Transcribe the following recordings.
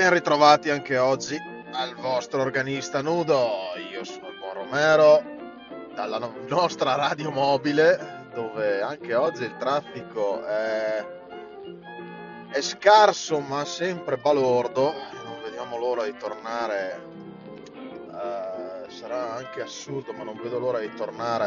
Ben ritrovati anche oggi al vostro organista nudo. Io sono il buon Romero, dalla nostra radio mobile, dove anche oggi il traffico è scarso ma sempre balordo. Non vediamo l'ora di tornare. Sarà anche assurdo, ma non vedo l'ora di tornare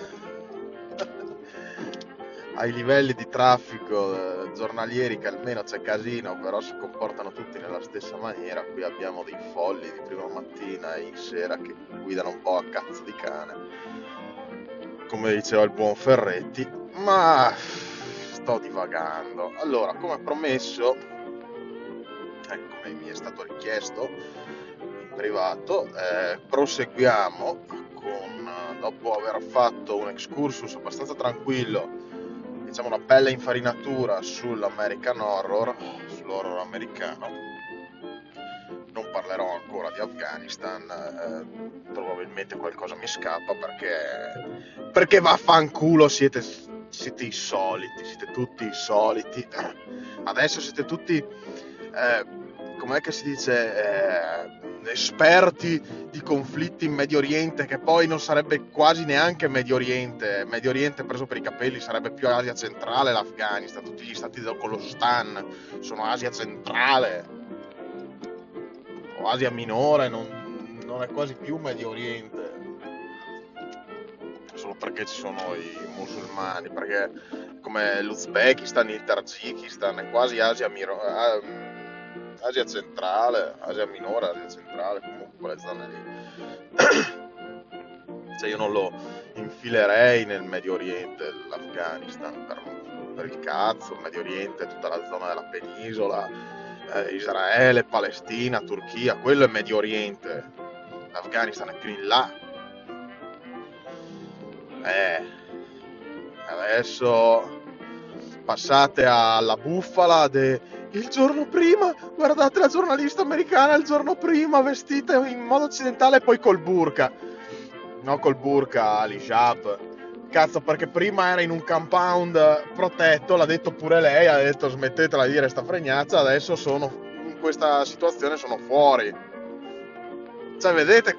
ai livelli di traffico giornalieri, che almeno c'è casino, però si comportano tutti nella stessa maniera. Qui abbiamo dei folli di prima mattina e in sera che guidano un po' a cazzo di cane, come diceva il buon Ferretti, ma sto divagando. Allora, come promesso, come mi è stato richiesto in privato, proseguiamo dopo aver fatto un excursus abbastanza tranquillo, diciamo una bella infarinatura sull'American Horror, sull'horror americano. Non parlerò ancora di Afghanistan, probabilmente qualcosa mi scappa perché vaffanculo, siete i soliti, siete tutti i soliti. Adesso siete tutti, com'è che si dice, esperti di conflitti in Medio Oriente, che poi non sarebbe quasi neanche Medio Oriente preso per i capelli, sarebbe più Asia centrale l'Afghanistan. Tutti gli stati con lo Stan sono Asia centrale o Asia minore, non è quasi più Medio Oriente, solo perché ci sono i musulmani, perché come l'Uzbekistan, il Tagikistan è quasi Asia centrale, Asia minore, Asia centrale, comunque quelle zone lì. Cioè io non lo infilerei nel Medio Oriente, l'Afghanistan, per il cazzo. Il Medio Oriente è tutta la zona della penisola, Israele, Palestina, Turchia, quello è Medio Oriente. L'Afghanistan è più in là. Adesso passate alla bufala il giorno prima, guardate la giornalista americana il giorno prima vestita in modo occidentale e poi col burqa. No, col burqa, l'hijab. Cazzo, perché prima era in un compound protetto, l'ha detto pure lei, ha detto smettetela di dire sta fregnazza, adesso sono in questa situazione, sono fuori. Cioè, vedete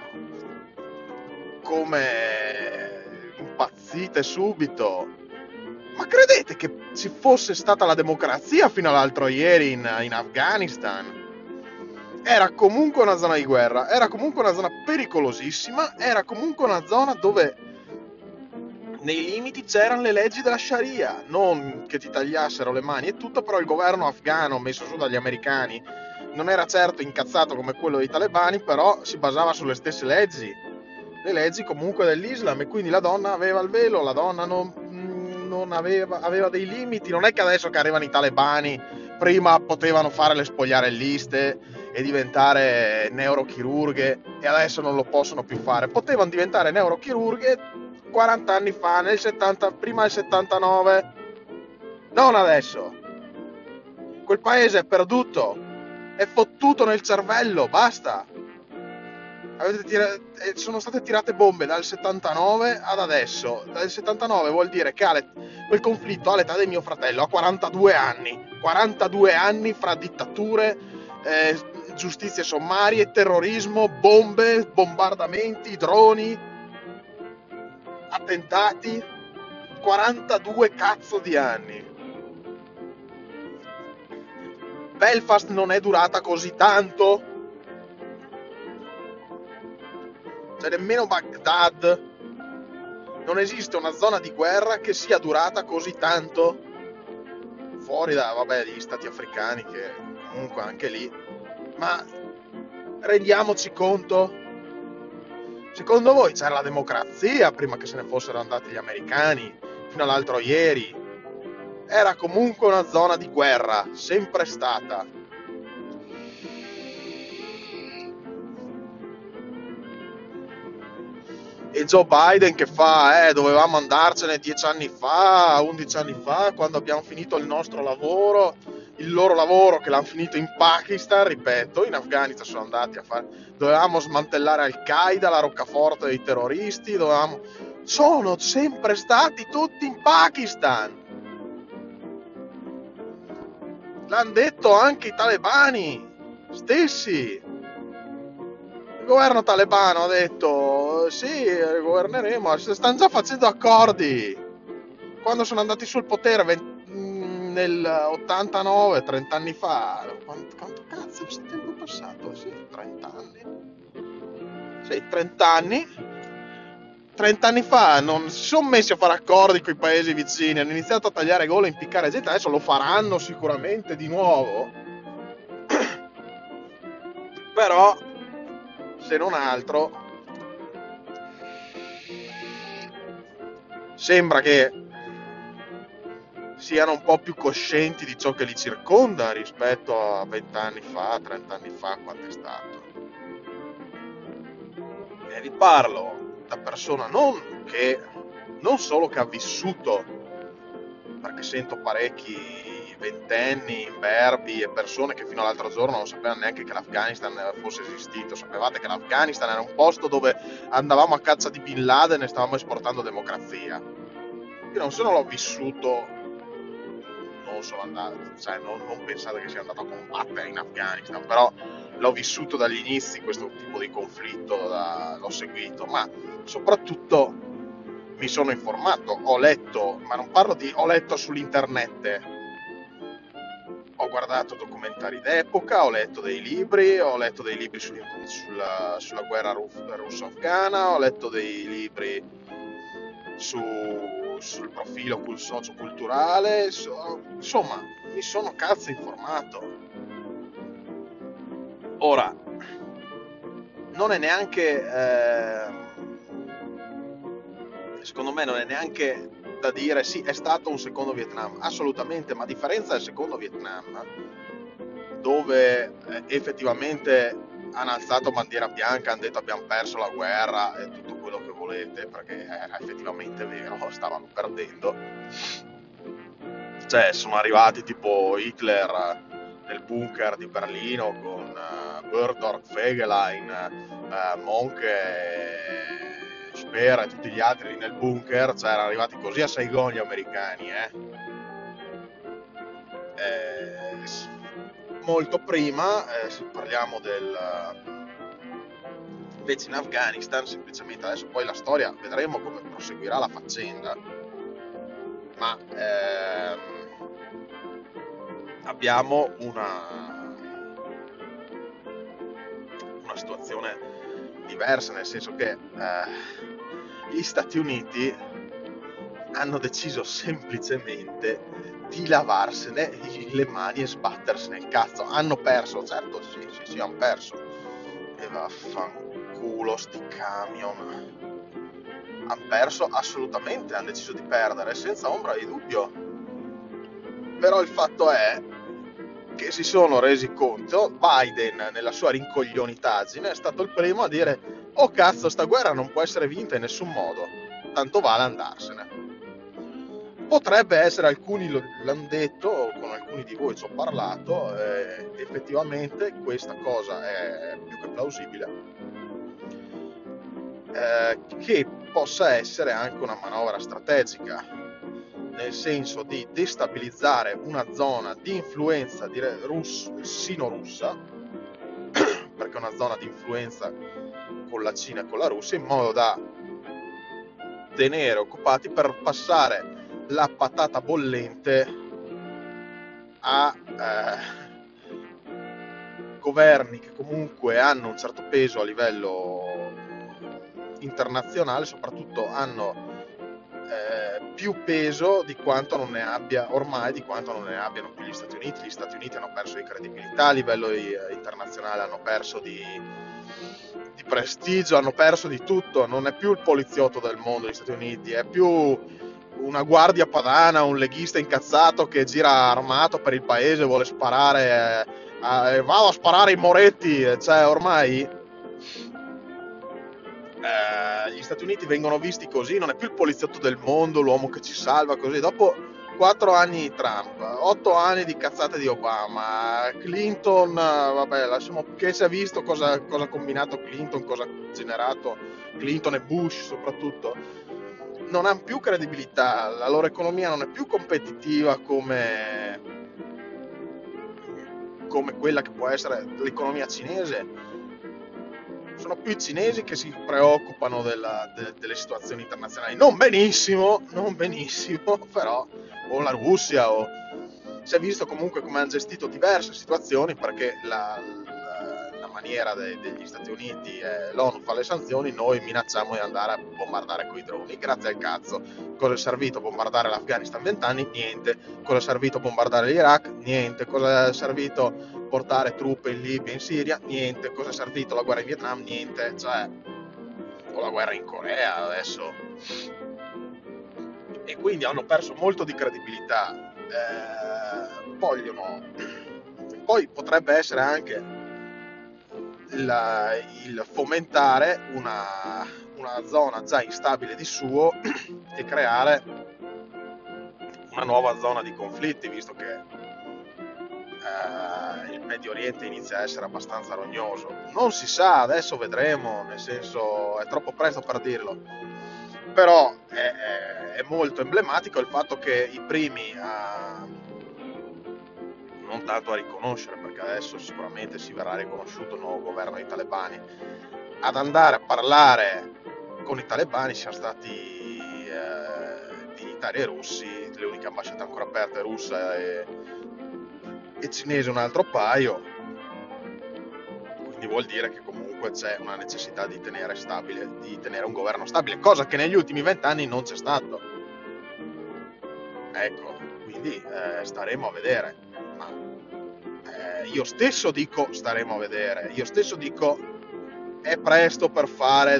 come impazzite subito. Ma credete che ci fosse stata la democrazia fino all'altro ieri in Afghanistan? Era comunque una zona di guerra, era comunque una zona pericolosissima, era comunque una zona dove nei limiti c'erano le leggi della Sharia, non che ti tagliassero le mani e tutto, però il governo afghano messo su dagli americani non era certo incazzato come quello dei talebani, però si basava sulle stesse leggi, le leggi comunque dell'Islam, e quindi la donna aveva il velo, la donna non aveva dei limiti. Non è che adesso che arrivano i talebani prima potevano fare le spogliarelliste e diventare neurochirurghe e adesso non lo possono più fare. Potevano diventare neurochirurghe 40 anni fa, prima del 79, non adesso. Quel paese è perduto, è fottuto nel cervello, basta. Sono state tirate bombe dal 79 ad adesso. Dal 79 vuol dire che quel conflitto ha l'età di mio fratello, ha 42 anni. 42 anni fra dittature, giustizie sommarie, terrorismo, bombe, bombardamenti, droni, attentati. 42 cazzo di anni. Belfast non è durata così tanto. Cioè nemmeno Baghdad. Non esiste una zona di guerra che sia durata così tanto, fuori dagli stati africani, che comunque anche lì. Ma rendiamoci conto, secondo voi c'era la democrazia prima che se ne fossero andati gli americani fino all'altro ieri? Era comunque una zona di guerra, sempre stata. E Joe Biden che fa, dovevamo andarcene 10 anni fa, 11 anni fa, quando abbiamo finito il nostro lavoro, il loro lavoro che l'hanno finito in Pakistan, ripeto, in Afghanistan sono andati a fare, dovevamo smantellare Al-Qaeda, la roccaforte dei terroristi, sono sempre stati tutti in Pakistan. L'hanno detto anche i talebani, stessi. Il governo talebano ha detto sì, governeremo, stanno già facendo accordi. Quando sono andati sul potere nel 89, 30 anni fa, quanto cazzo è tempo passato? Sì, 30 anni. Sì, 30 anni. 30 anni fa non si sono messi a fare accordi con i paesi vicini, hanno iniziato a tagliare gole e impiccare gente, adesso lo faranno sicuramente di nuovo. Però, se non altro, sembra che siano un po' più coscienti di ciò che li circonda rispetto a 20 anni fa, 30 anni fa, quando è stato. E vi parlo da persona non solo che ha vissuto, perché sento parecchi ventenni, imberbi e persone che fino all'altro giorno non sapevano neanche che l'Afghanistan fosse esistito. Sapevate che l'Afghanistan era un posto dove andavamo a caccia di Bin Laden e stavamo esportando democrazia. Io non solo l'ho vissuto, non sono andato, cioè non pensate che sia andato a combattere in Afghanistan, però l'ho vissuto dagli inizi questo tipo di conflitto, l'ho seguito, ma soprattutto mi sono informato, ho letto, ma non parlo di ho letto sull'internet, ho guardato documentari d'epoca, ho letto dei libri sulla guerra russo-afghana, ho letto dei libri sul profilo socio-culturale, insomma, mi sono cazzo informato. Ora, non è neanche, secondo me non è neanche da dire sì, è stato un secondo Vietnam, assolutamente, ma a differenza del secondo Vietnam, dove effettivamente hanno alzato bandiera bianca, hanno detto abbiamo perso la guerra e tutto quello che volete, perché era effettivamente vero, stavano perdendo. Cioè, sono arrivati tipo Hitler nel bunker di Berlino con Burdorf, Fegelein, Monk e Speer e tutti gli altri lì nel bunker, cioè erano arrivati così a Saigon gli americani, molto prima, se parliamo invece in Afghanistan, semplicemente adesso poi la storia, vedremo come proseguirà la faccenda, ma abbiamo una situazione diversa, nel senso che gli Stati Uniti hanno deciso semplicemente di lavarsene le mani e sbattersene il cazzo. Hanno perso, certo, sì, hanno perso. E vaffanculo sti camion. Hanno perso assolutamente, hanno deciso di perdere, senza ombra di dubbio. Però il fatto è che si sono resi conto, Biden nella sua rincoglionitaggine è stato il primo a dire oh cazzo, sta guerra non può essere vinta in nessun modo, tanto vale andarsene. Potrebbe essere, alcuni l'hanno detto, con alcuni di voi ci ho parlato, effettivamente questa cosa è più che plausibile, che possa essere anche una manovra strategica, nel senso di destabilizzare una zona di influenza sino-russa, perché è una zona di influenza con la Cina e con la Russia, in modo da tenere occupati per passare la patata bollente a governi che comunque hanno un certo peso a livello internazionale, soprattutto hanno più peso di quanto non ne abbia ormai, di quanto non ne abbiano più gli Stati Uniti. Gli Stati Uniti hanno perso di credibilità a livello internazionale, hanno perso di prestigio, hanno perso di tutto, non è più il poliziotto del mondo gli Stati Uniti, è più una guardia padana, un leghista incazzato che gira armato per il paese, vuole sparare, vado a sparare i moretti, cioè ormai gli Stati Uniti vengono visti così, non è più il poliziotto del mondo, l'uomo che ci salva, così. Dopo 4 anni di Trump, 8 anni di cazzate di Obama, Clinton, vabbè, lasciamo che si è visto cosa ha combinato Clinton, cosa ha generato Clinton e Bush soprattutto. Non hanno più credibilità, la loro economia non è più competitiva come come quella che può essere l'economia cinese, sono più i cinesi che si preoccupano delle situazioni internazionali, non benissimo, però, o la Russia, o si è visto comunque come hanno gestito diverse situazioni, perché la maniera degli Stati Uniti, l'ONU fa le sanzioni, noi minacciamo di andare a bombardare coi droni. Grazie al cazzo. Cosa è servito bombardare l'Afghanistan 20 anni? Niente. Cosa è servito bombardare l'Iraq? Niente. Cosa è servito portare truppe in Libia, in Siria? Niente. Cosa è servito la guerra in Vietnam? Niente. Cioè, o la guerra in Corea adesso. E quindi hanno perso molto di credibilità. Vogliono. Poi potrebbe essere anche il fomentare una zona già instabile di suo e creare una nuova zona di conflitti, visto che il Medio Oriente inizia a essere abbastanza rognoso. Non si sa, adesso vedremo, nel senso è troppo presto per dirlo, però è molto emblematico il fatto che i primi non tanto a riconoscere, perché adesso sicuramente si verrà riconosciuto il nuovo governo dei talebani, ad andare a parlare con i talebani siano stati dignitari russi, le uniche ambasciate ancora aperte, russa e cinese un altro paio, quindi vuol dire che comunque c'è una necessità di tenere un governo stabile, cosa che negli ultimi 20 anni non c'è stato. Ecco, quindi staremo a vedere. Ma io stesso dico staremo a vedere, io stesso dico è presto per dare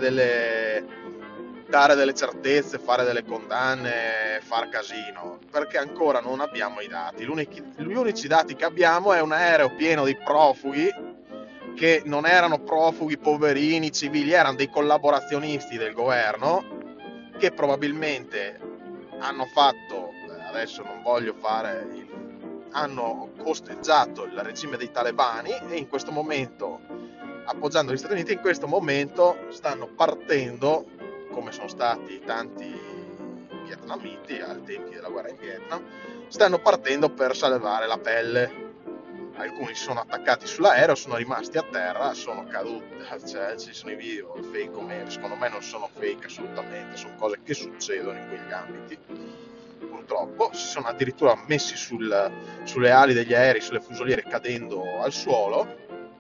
delle certezze, fare delle condanne, far casino, perché ancora non abbiamo i dati. Gli unici dati che abbiamo è un aereo pieno di profughi, che non erano profughi poverini civili, erano dei collaborazionisti del governo, che probabilmente hanno fatto, adesso non voglio fare hanno osteggiato il regime dei talebani e in questo momento, appoggiando gli Stati Uniti, in questo momento stanno partendo, come sono stati tanti vietnamiti al tempi della guerra in Vietnam, stanno partendo per salvare la pelle. Alcuni si sono attaccati sull'aereo, sono rimasti a terra, sono caduti, cioè, ci sono i video fake o meno, secondo me non sono fake assolutamente, sono cose che succedono in quegli ambiti. Purtroppo si sono addirittura messi sulle ali degli aerei, sulle fusoliere, cadendo al suolo.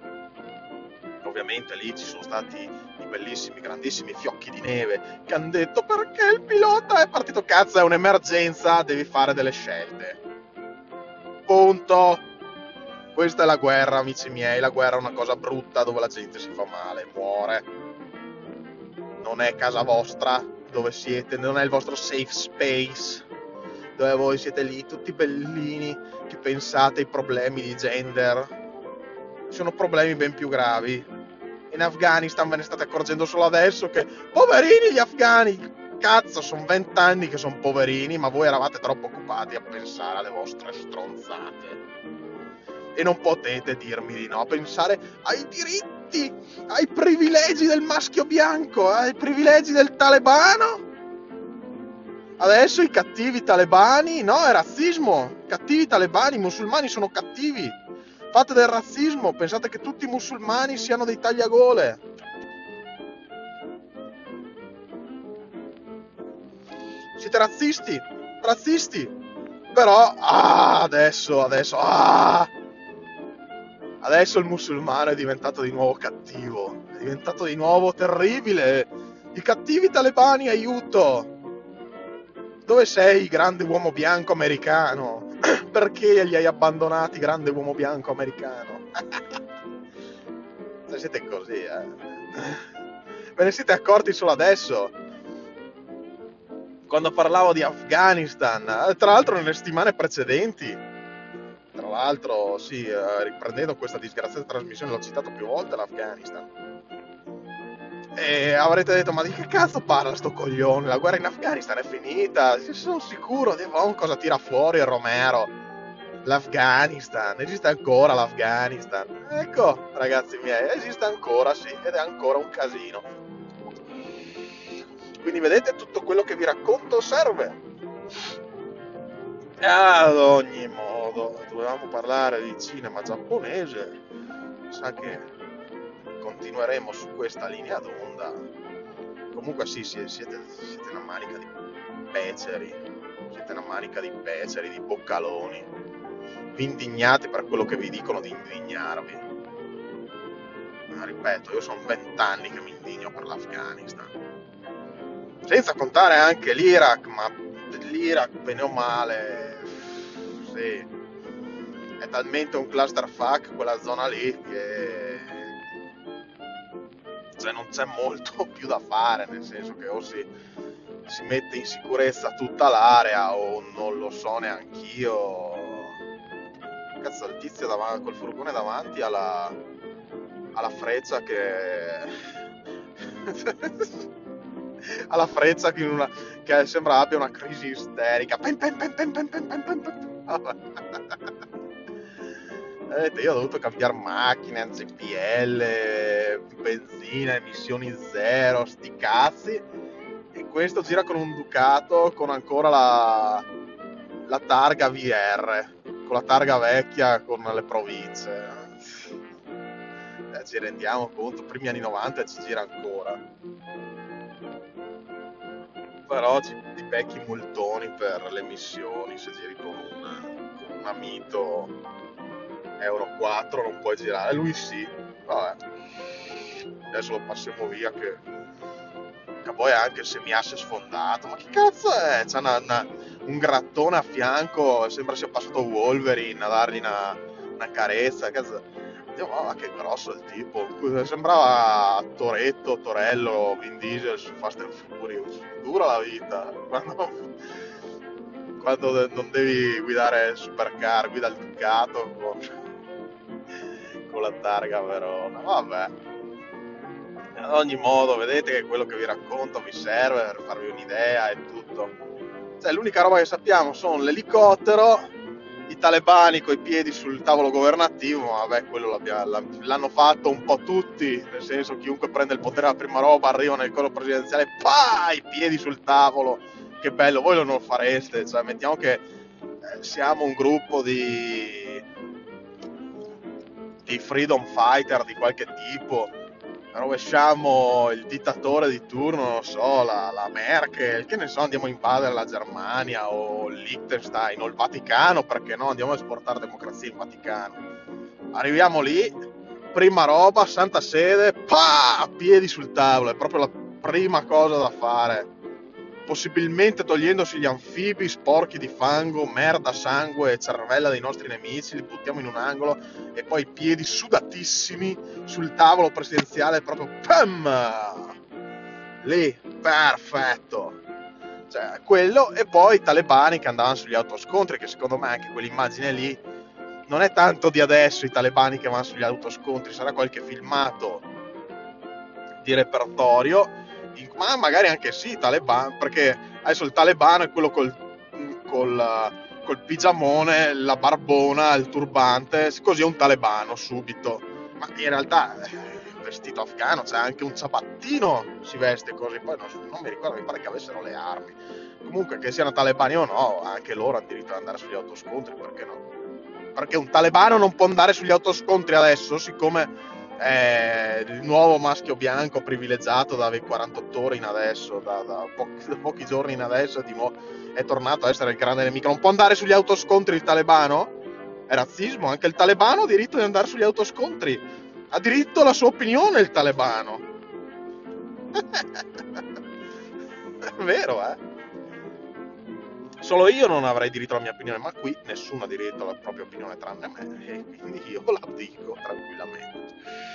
Ovviamente lì ci sono stati i bellissimi, grandissimi fiocchi di neve che hanno detto: perché il pilota è partito? Cazzo, è un'emergenza, devi fare delle scelte. Punto. Questa è la guerra, amici miei. La guerra è una cosa brutta dove la gente si fa male, muore. Non è casa vostra dove siete, non è il vostro safe space dove voi siete lì tutti bellini che pensate ai problemi di gender. Ci sono problemi ben più gravi. In Afghanistan ve ne state accorgendo solo adesso che poverini gli afghani. Cazzo, sono 20 anni che sono poverini, ma voi eravate troppo occupati a pensare alle vostre stronzate. E non potete dirmi di no, pensare ai diritti, ai privilegi del maschio bianco, ai privilegi del talebano. Adesso i cattivi talebani, no, è razzismo. Cattivi talebani, i musulmani sono cattivi. Fate del razzismo, pensate che tutti i musulmani siano dei tagliagole. Siete razzisti. Però, adesso, adesso il musulmano è diventato di nuovo cattivo, è diventato di nuovo terribile. I cattivi talebani, aiuto! Dove sei, grande uomo bianco americano? Perché li hai abbandonati, grande uomo bianco americano? Se siete così, Ve ne siete accorti solo adesso? Quando parlavo di Afghanistan, tra l'altro nelle settimane precedenti, tra l'altro, sì, riprendendo questa disgraziata trasmissione, l'ho citato più volte l'Afghanistan. E avrete detto: ma di che cazzo parla sto coglione? La guerra in Afghanistan è finita. Sono sicuro, cosa tira fuori il Romero? L'Afghanistan, esiste ancora l'Afghanistan? Ecco, ragazzi miei, esiste ancora, sì, ed è ancora un casino. Quindi vedete, tutto quello che vi racconto serve. Ad ogni modo, modo dovevamo parlare di cinema giapponese, sa che continueremo su questa linea d'onda. Comunque sì, siete una manica di beceri, siete una manica di beceri, di boccaloni. Vi indignate per quello che vi dicono di indignarvi. Ma ripeto, io sono 20 anni che mi indigno per l'Afghanistan. Senza contare anche l'Iraq, ma l'Iraq, bene o male, sì, è talmente un clusterfuck quella zona lì che cioè, non c'è molto più da fare, nel senso che o si mette in sicurezza tutta l'area o non lo so neanch'io. Cazzo, il tizio col furgone davanti alla freccia che alla freccia che sembra abbia una crisi isterica. Io ho dovuto cambiare macchine, NCPL, benzina, emissioni zero, sti cazzi. E questo gira con un Ducato con ancora la targa VR, con la targa vecchia con le province. Ci rendiamo conto, primi anni 90 ci gira ancora. Però ti becchi multoni per le emissioni se giri con una Mito Euro 4 non puoi girare, lui sì. Vabbè, adesso lo passiamo via che poi è anche il semiasse sfondato. Ma che cazzo è? C'ha un grattone a fianco, sembra sia passato Wolverine a dargli una carezza. Cazzo. Ma che grosso il tipo, sembrava Torello, Vin Diesel su Fast and Furious. Dura la vita quando non devi guidare il supercar, guida il Ducato con la targa Verona. Vabbè, ad ogni modo vedete che quello che vi racconto vi serve per farvi un'idea e tutto. Cioè, l'unica roba che sappiamo sono l'elicottero, i talebani coi piedi sul tavolo governativo, ma vabbè, quello l'hanno fatto un po' tutti, nel senso, chiunque prende il potere la prima roba, arriva nel coro presidenziale, i piedi sul tavolo, che bello, voi non lo fareste, cioè mettiamo che siamo un gruppo di freedom fighter di qualche tipo, rovesciamo il dittatore di turno, non so, la Merkel, che ne so, andiamo a invadere la Germania o il Liechtenstein o il Vaticano, perché no, andiamo a esportare democrazia in Vaticano. Arriviamo lì, prima roba, Santa Sede, piedi sul tavolo, è proprio la prima cosa da fare. Possibilmente togliendosi gli anfibi sporchi di fango, merda, sangue e cervella dei nostri nemici, li buttiamo in un angolo e poi i piedi sudatissimi sul tavolo presidenziale, proprio lì, perfetto. Cioè, quello, e poi i talebani che andavano sugli autoscontri, che secondo me anche quell'immagine lì non è tanto di adesso, i talebani che vanno sugli autoscontri, sarà qualche filmato di repertorio, ma magari anche sì, Taliban, perché adesso il talebano è quello col pigiamone, la barbona, il turbante, così è un talebano subito. Ma in realtà il vestito afghano c'è anche un ciabattino, si veste così, poi non mi ricordo, mi pare che avessero le armi. Comunque, che siano talebani o no, anche loro hanno diritto ad andare sugli autoscontri, perché no? Perché un talebano non può andare sugli autoscontri adesso, siccome il nuovo maschio bianco privilegiato da 48 ore in adesso, da pochi giorni in adesso, è tornato a essere il grande nemico. Non può andare sugli autoscontri il talebano? È razzismo, anche il talebano ha diritto di andare sugli autoscontri, ha diritto alla sua opinione il talebano. È vero, Solo io non avrei diritto alla mia opinione, ma qui nessuno ha diritto alla propria opinione tranne me, e quindi io la dico tranquillamente.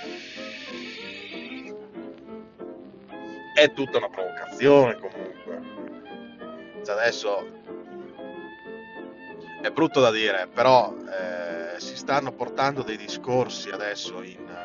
È tutta una provocazione comunque. Cioè, adesso è brutto da dire, però si stanno portando dei discorsi adesso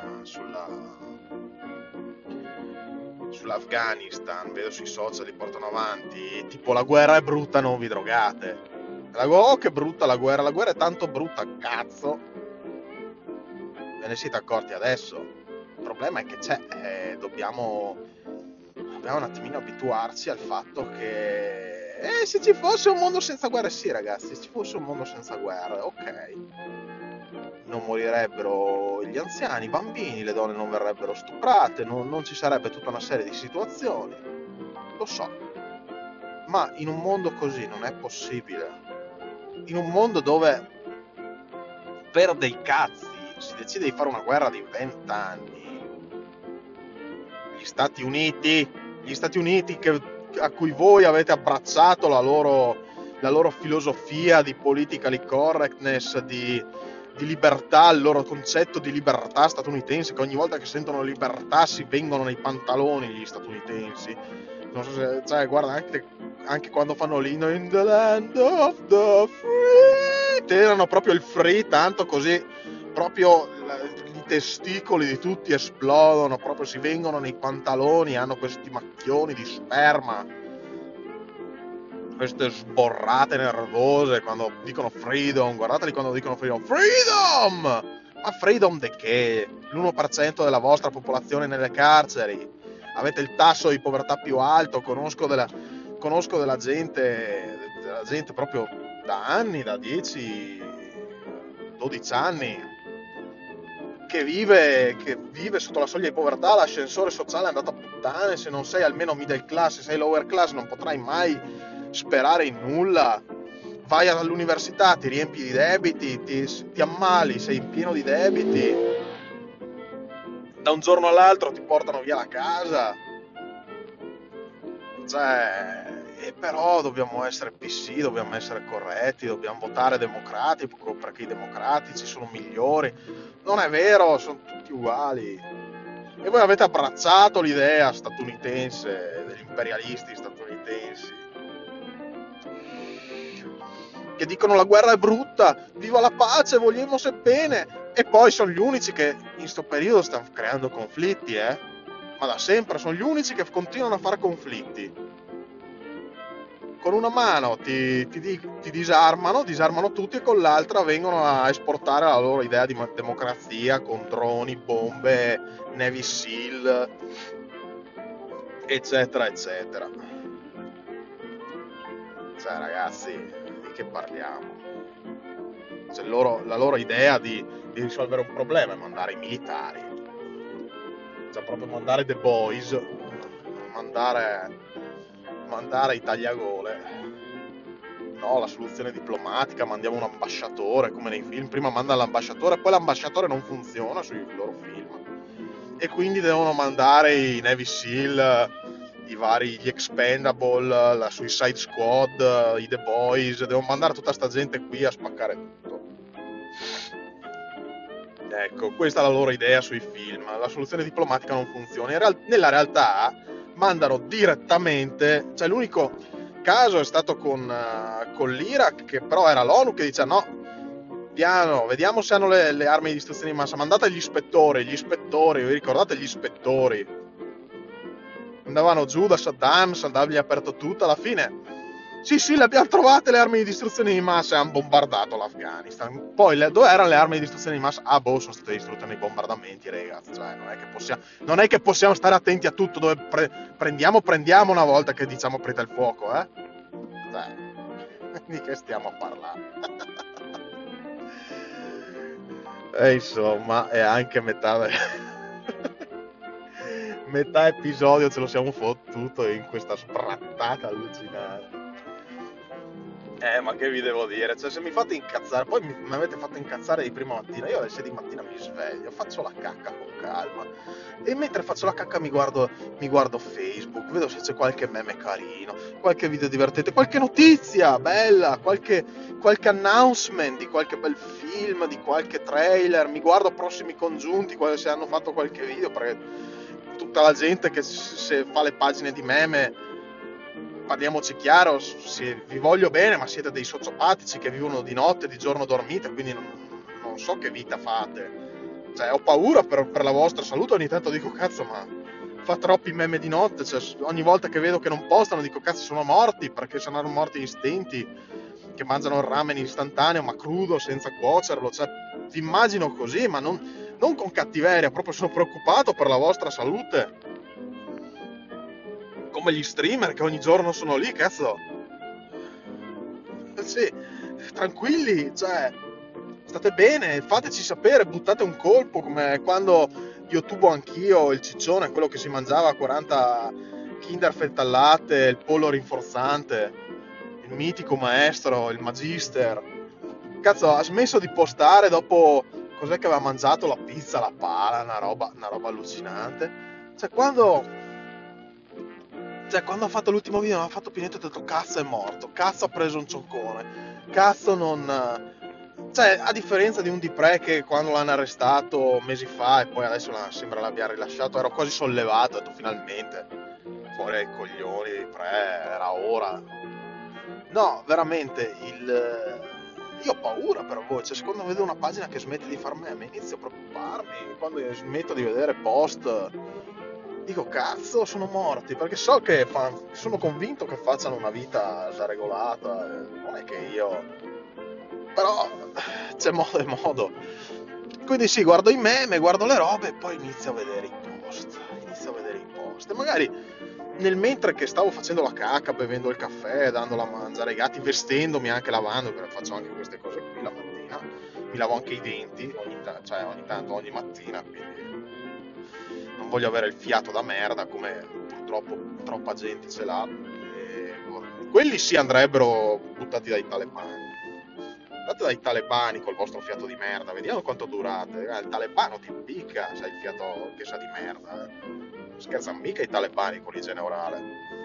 sull'Afghanistan, vedo sui social li portano avanti, tipo la guerra è brutta, non vi drogate. Oh, che brutta la guerra è tanto brutta, cazzo. Ve ne siete accorti adesso? Il problema è che dobbiamo un attimino abituarci al fatto che se ci fosse un mondo senza guerre, sì ragazzi, se ci fosse un mondo senza guerre, ok. Non morirebbero gli anziani, i bambini, le donne non verrebbero stuprate, non ci sarebbe tutta una serie di situazioni. Lo so, ma in un mondo così non è possibile. In un mondo dove per dei cazzi si decide di fare una guerra di 20 anni, gli Stati Uniti a cui voi avete abbracciato la loro filosofia di politically correctness, di libertà, il loro concetto di libertà statunitense, che ogni volta che sentono libertà si vengono nei pantaloni gli statunitensi. Non so se, cioè, guarda, anche quando fanno l'inno In the land of the free, tirano proprio il free, tanto così proprio i testicoli di tutti esplodono, proprio si vengono nei pantaloni, hanno questi macchioni di sperma, queste sborrate nervose quando dicono freedom. Guardateli quando dicono freedom, ma freedom di che? L'1% della vostra popolazione nelle carceri, avete il tasso di povertà più alto. Conosco della gente proprio da anni, da 10-12 anni, che vive sotto la soglia di povertà. L'ascensore sociale è andato a puttane. Se non sei almeno middle class, se sei lower class, non potrai mai sperare in nulla. Vai all'università, ti riempi di debiti, ti ammali, sei pieno di debiti, da un giorno all'altro ti portano via la casa. Cioè, però dobbiamo essere PC, dobbiamo essere corretti, dobbiamo votare democratico perché i democratici sono migliori. Non è vero, sono tutti uguali. E voi avete abbracciato l'idea statunitense, degli imperialisti statunitensi, che dicono la guerra è brutta, viva la pace, vogliamo se bene. E poi sono gli unici che in sto periodo stanno creando conflitti, ma da sempre sono gli unici che continuano a fare conflitti. Con una mano ti disarmano tutti, e con l'altra vengono a esportare la loro idea di democrazia con droni, bombe, Navy SEAL, eccetera eccetera. Cioè ragazzi, di che parliamo? Cioè, la loro idea di risolvere un problema è mandare i militari, cioè proprio mandare The Boys, mandare i tagliagole. No, la soluzione diplomatica, mandiamo un ambasciatore come nei film. Prima manda l'ambasciatore, poi l'ambasciatore non funziona sui loro film, e quindi devono mandare i Navy SEAL, gli Expendable, la Suicide Squad, i The Boys. Devono mandare tutta sta gente qui a spaccare tutto. Ecco, questa è la loro idea sui film. La soluzione diplomatica non funziona. Nella realtà mandano direttamente, cioè l'unico caso è stato con l'Iraq, che però era l'ONU che dice no, piano, vediamo se hanno le armi di distruzione di massa. Mandate gli ispettori, vi ricordate gli ispettori? Andavano giù da Saddam gli ha aperto tutto, alla fine sì, le abbiamo trovate le armi di distruzione di massa, e hanno bombardato l'Afghanistan. Poi dove erano le armi di distruzione di massa? Sono state distrutte nei bombardamenti, ragazzi. Cioè, non è che possiamo stare attenti a tutto. Dove prendiamo una volta che diciamo aprite il fuoco, Cioè, di che stiamo a parlare? E insomma, è anche metà episodio ce lo siamo fottuto in questa sbrattata allucinante. Ma che vi devo dire? Cioè, se mi fate incazzare, poi mi avete fatto incazzare di prima mattina. Io alle 6 di mattina mi sveglio, faccio la cacca con calma, e mentre faccio la cacca mi guardo Facebook, vedo se c'è qualche meme carino, qualche video divertente, qualche notizia bella, qualche announcement di qualche bel film, di qualche trailer. Mi guardo prossimi congiunti, se hanno fatto qualche video, perché tutta la gente che se fa le pagine di meme, parliamoci chiaro, vi voglio bene, ma siete dei sociopatici che vivono di notte, di giorno dormite, quindi non so che vita fate. Cioè, ho paura per la vostra salute. Ogni tanto dico, cazzo, ma fa troppi meme di notte. Cioè, ogni volta che vedo che non postano dico, cazzo, sono morti, perché saranno morti istinti, che mangiano il ramen istantaneo ma crudo, senza cuocerlo. Cioè, vi immagino così, ma non con cattiveria, proprio sono preoccupato per la vostra salute. Come gli streamer che ogni giorno sono lì, cazzo. Sì, tranquilli, cioè, state bene, fateci sapere, buttate un colpo, come quando io tubo anch'io il ciccione, quello che si mangiava 40 Kinderfeld al latte, il pollo rinforzante, il mitico maestro, il magister. Cazzo, ha smesso di postare dopo cos'è che aveva mangiato, la pizza, la pala, una roba allucinante. Cioè, quando ha fatto l'ultimo video, mi ha fatto Pinetto e ho detto cazzo è morto, cazzo ha preso un cioccone, cazzo non... Cioè, a differenza di un Dipre che quando l'hanno arrestato mesi fa e poi adesso sembra l'abbia rilasciato, ero quasi sollevato, ho detto finalmente, fuori ai coglioni di Dipre, era ora. No, veramente, io ho paura per voi, cioè, quando vedo una pagina che smette di far me inizio a preoccuparmi, quando smetto di vedere post, dico cazzo, sono morti, perché so che sono convinto che facciano una vita già regolata, non è che io... Però c'è modo e modo. Quindi sì, guardo i meme, guardo le robe e poi inizio a vedere i post, e magari nel mentre che stavo facendo la cacca, bevendo il caffè, dandola a mangiare ai gatti, vestendomi anche lavando, perché faccio anche queste cose qui la mattina, mi lavo anche i denti ogni tanto, ogni mattina, quindi non voglio avere il fiato da merda come purtroppo troppa gente ce l'ha. Quelli sì andrebbero buttati dai talebani. Andate dai talebani col vostro fiato di merda, vediamo quanto durate. Il talebano ti impicca se hai il fiato che sa di merda. Non scherzano mica i talebani con l'igiene orale.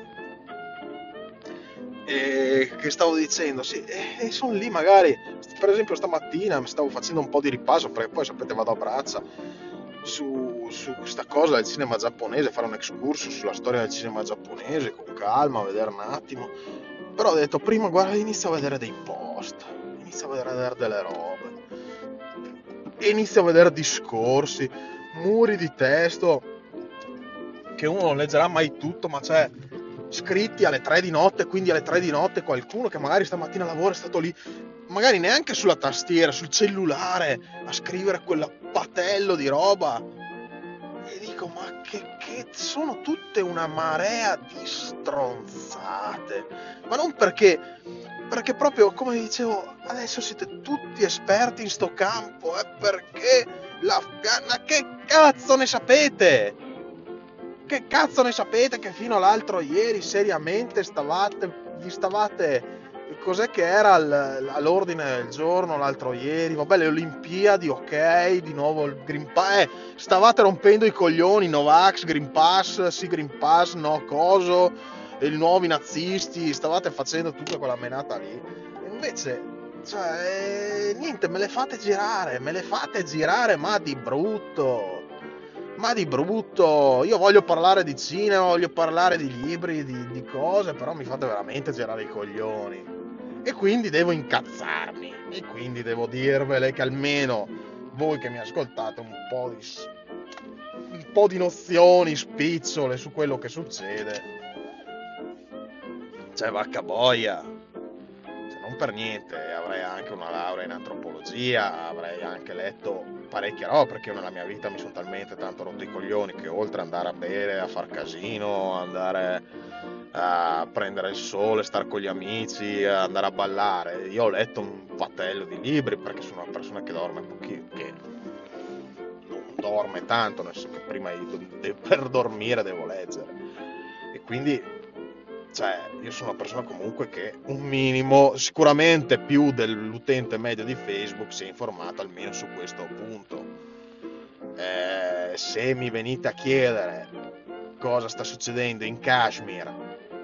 E che stavo dicendo? Sì, e sono lì magari, per esempio stamattina mi stavo facendo un po' di ripasso, perché poi sapete vado a braccia, su questa cosa del cinema giapponese, fare un excursus sulla storia del cinema giapponese, con calma, vedere un attimo. Però ho detto, prima guarda, inizio a vedere dei post, inizio a vedere delle robe, e inizio a vedere discorsi, muri di testo, che uno non leggerà mai tutto, ma c'è scritti alle 3 di notte, quindi alle 3 di notte qualcuno che magari stamattina lavora è stato lì, magari neanche sulla tastiera, sul cellulare, a scrivere quella patello di roba. E dico, ma che sono tutte una marea di stronzate. Ma non perché proprio, come dicevo, adesso siete tutti esperti in sto campo, perché l'Afghanistan... Che cazzo ne sapete? Che cazzo ne sapete che fino all'altro ieri seriamente vi stavate... Cos'è che era all'ordine del giorno l'altro ieri? Vabbè, le Olimpiadi, ok, di nuovo il Green Pass. Stavate rompendo i coglioni, Novax, Green Pass, sì Green Pass, no coso, e i nuovi nazisti, stavate facendo tutta quella menata lì. E invece, cioè, niente, me le fate girare, ma di brutto. Ma di brutto, io voglio parlare di cinema, voglio parlare di libri, di cose, però mi fate veramente girare i coglioni. E quindi devo incazzarmi, e quindi devo dirvele che almeno voi che mi ascoltate un po' di nozioni spicciole su quello che succede. Cioè, vacca boia. Cioè, non per niente, avrei anche una laurea in antropologia, avrei anche letto parecchie robe, perché io nella mia vita mi sono talmente tanto rotto i coglioni che oltre ad andare a bere, a far casino, andare a prendere il sole, stare con gli amici, andare a ballare, io ho letto un patello di libri perché sono una persona che dorme che non dorme tanto, nel senso che prima per dormire devo leggere. E quindi, cioè, io sono una persona comunque che un minimo, sicuramente più dell'utente medio di Facebook, si è informato almeno su questo punto. Se mi venite a chiedere cosa sta succedendo in Kashmir,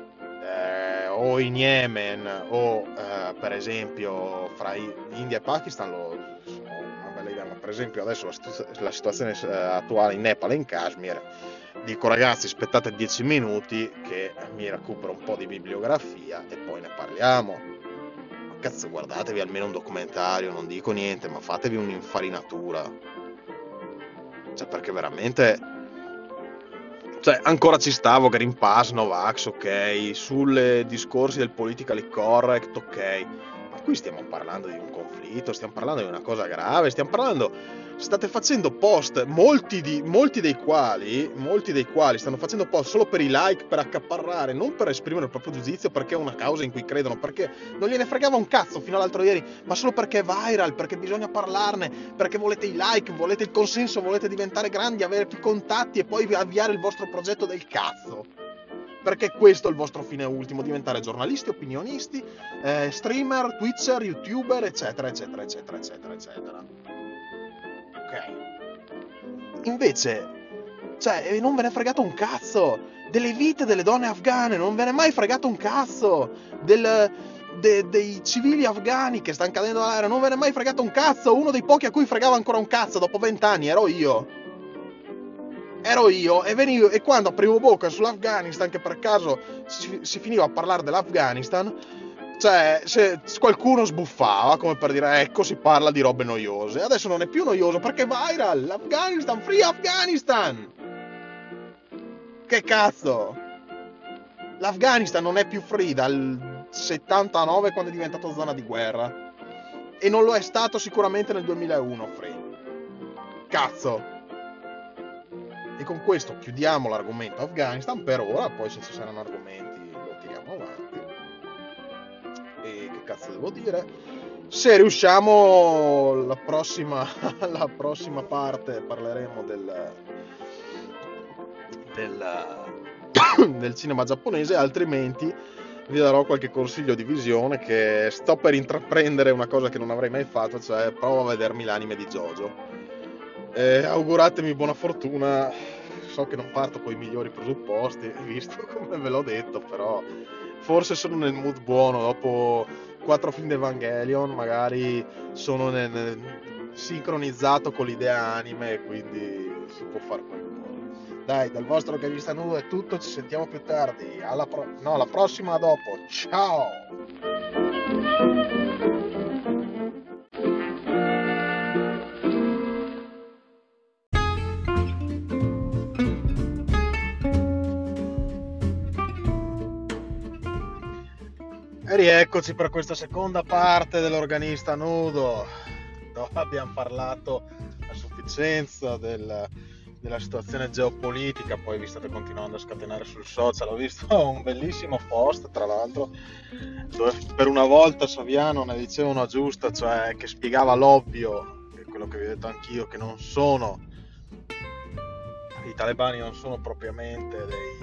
o in Yemen, o per esempio fra India e Pakistan, sono una bella idea, ma per esempio adesso la situazione attuale in Nepal e in Kashmir, dico ragazzi aspettate 10 minuti che mi recupero un po' di bibliografia e poi ne parliamo. Ma cazzo, guardatevi almeno un documentario, non dico niente, ma fatevi un'infarinatura, cioè, perché veramente, cioè, ancora ci stavo, Green Pass, Novax, ok, sulle discorsi del politically correct, ok, ma qui stiamo parlando di un conflitto, stiamo parlando di una cosa grave, state facendo post, molti dei quali stanno facendo post solo per i like, per accaparrare, non per esprimere il proprio giudizio, perché è una causa in cui credono, perché non gliene fregava un cazzo fino all'altro ieri, ma solo perché è viral, perché bisogna parlarne, perché volete i like, volete il consenso, volete diventare grandi, avere più contatti e poi avviare il vostro progetto del cazzo. Perché questo è il vostro fine ultimo, diventare giornalisti, opinionisti, streamer, twitcher, youtuber, eccetera, eccetera, eccetera, eccetera, eccetera. Ok. Invece, cioè, non ve ne è fregato un cazzo delle vite delle donne afghane, non ve ne è mai fregato un cazzo dei civili afghani che stanno cadendo dall'aereo, non ve ne è mai fregato un cazzo. Uno dei pochi a cui fregava ancora un cazzo dopo 20 anni ero io e venivo, e quando aprivo bocca sull'Afghanistan, che per caso si finiva a parlare dell'Afghanistan, cioè se qualcuno sbuffava come per dire ecco, si parla di robe noiose. Adesso non è più noioso perché è viral. L'Afghanistan, free Afghanistan. Che cazzo, l'Afghanistan non è più free dal 79, quando è diventato zona di guerra, e non lo è stato sicuramente nel 2001 free. Cazzo. E con questo chiudiamo l'argomento Afghanistan per ora, poi se ci saranno argomenti lo tiriamo avanti. E che cazzo devo dire? Se riusciamo la prossima parte parleremo del cinema giapponese, altrimenti vi darò qualche consiglio di visione, che sto per intraprendere una cosa che non avrei mai fatto, cioè provo a vedermi l'anime di JoJo. Auguratemi buona fortuna, so che non parto con i migliori presupposti, visto come ve l'ho detto, però forse sono nel mood buono, dopo 4 film di Evangelion magari sono sincronizzato con l'idea anime e quindi si può fare qualcosa. Dai, dal vostro organista nudo è tutto, ci sentiamo più tardi, alla prossima, a dopo, ciao! E rieccoci per questa seconda parte dell'organista nudo, dove abbiamo parlato a sufficienza della situazione geopolitica. Poi vi state continuando a scatenare sul social, ho visto un bellissimo post tra l'altro dove per una volta Saviano ne diceva una giusta, cioè che spiegava l'ovvio, che è quello che vi ho detto anch'io, che i talebani non sono propriamente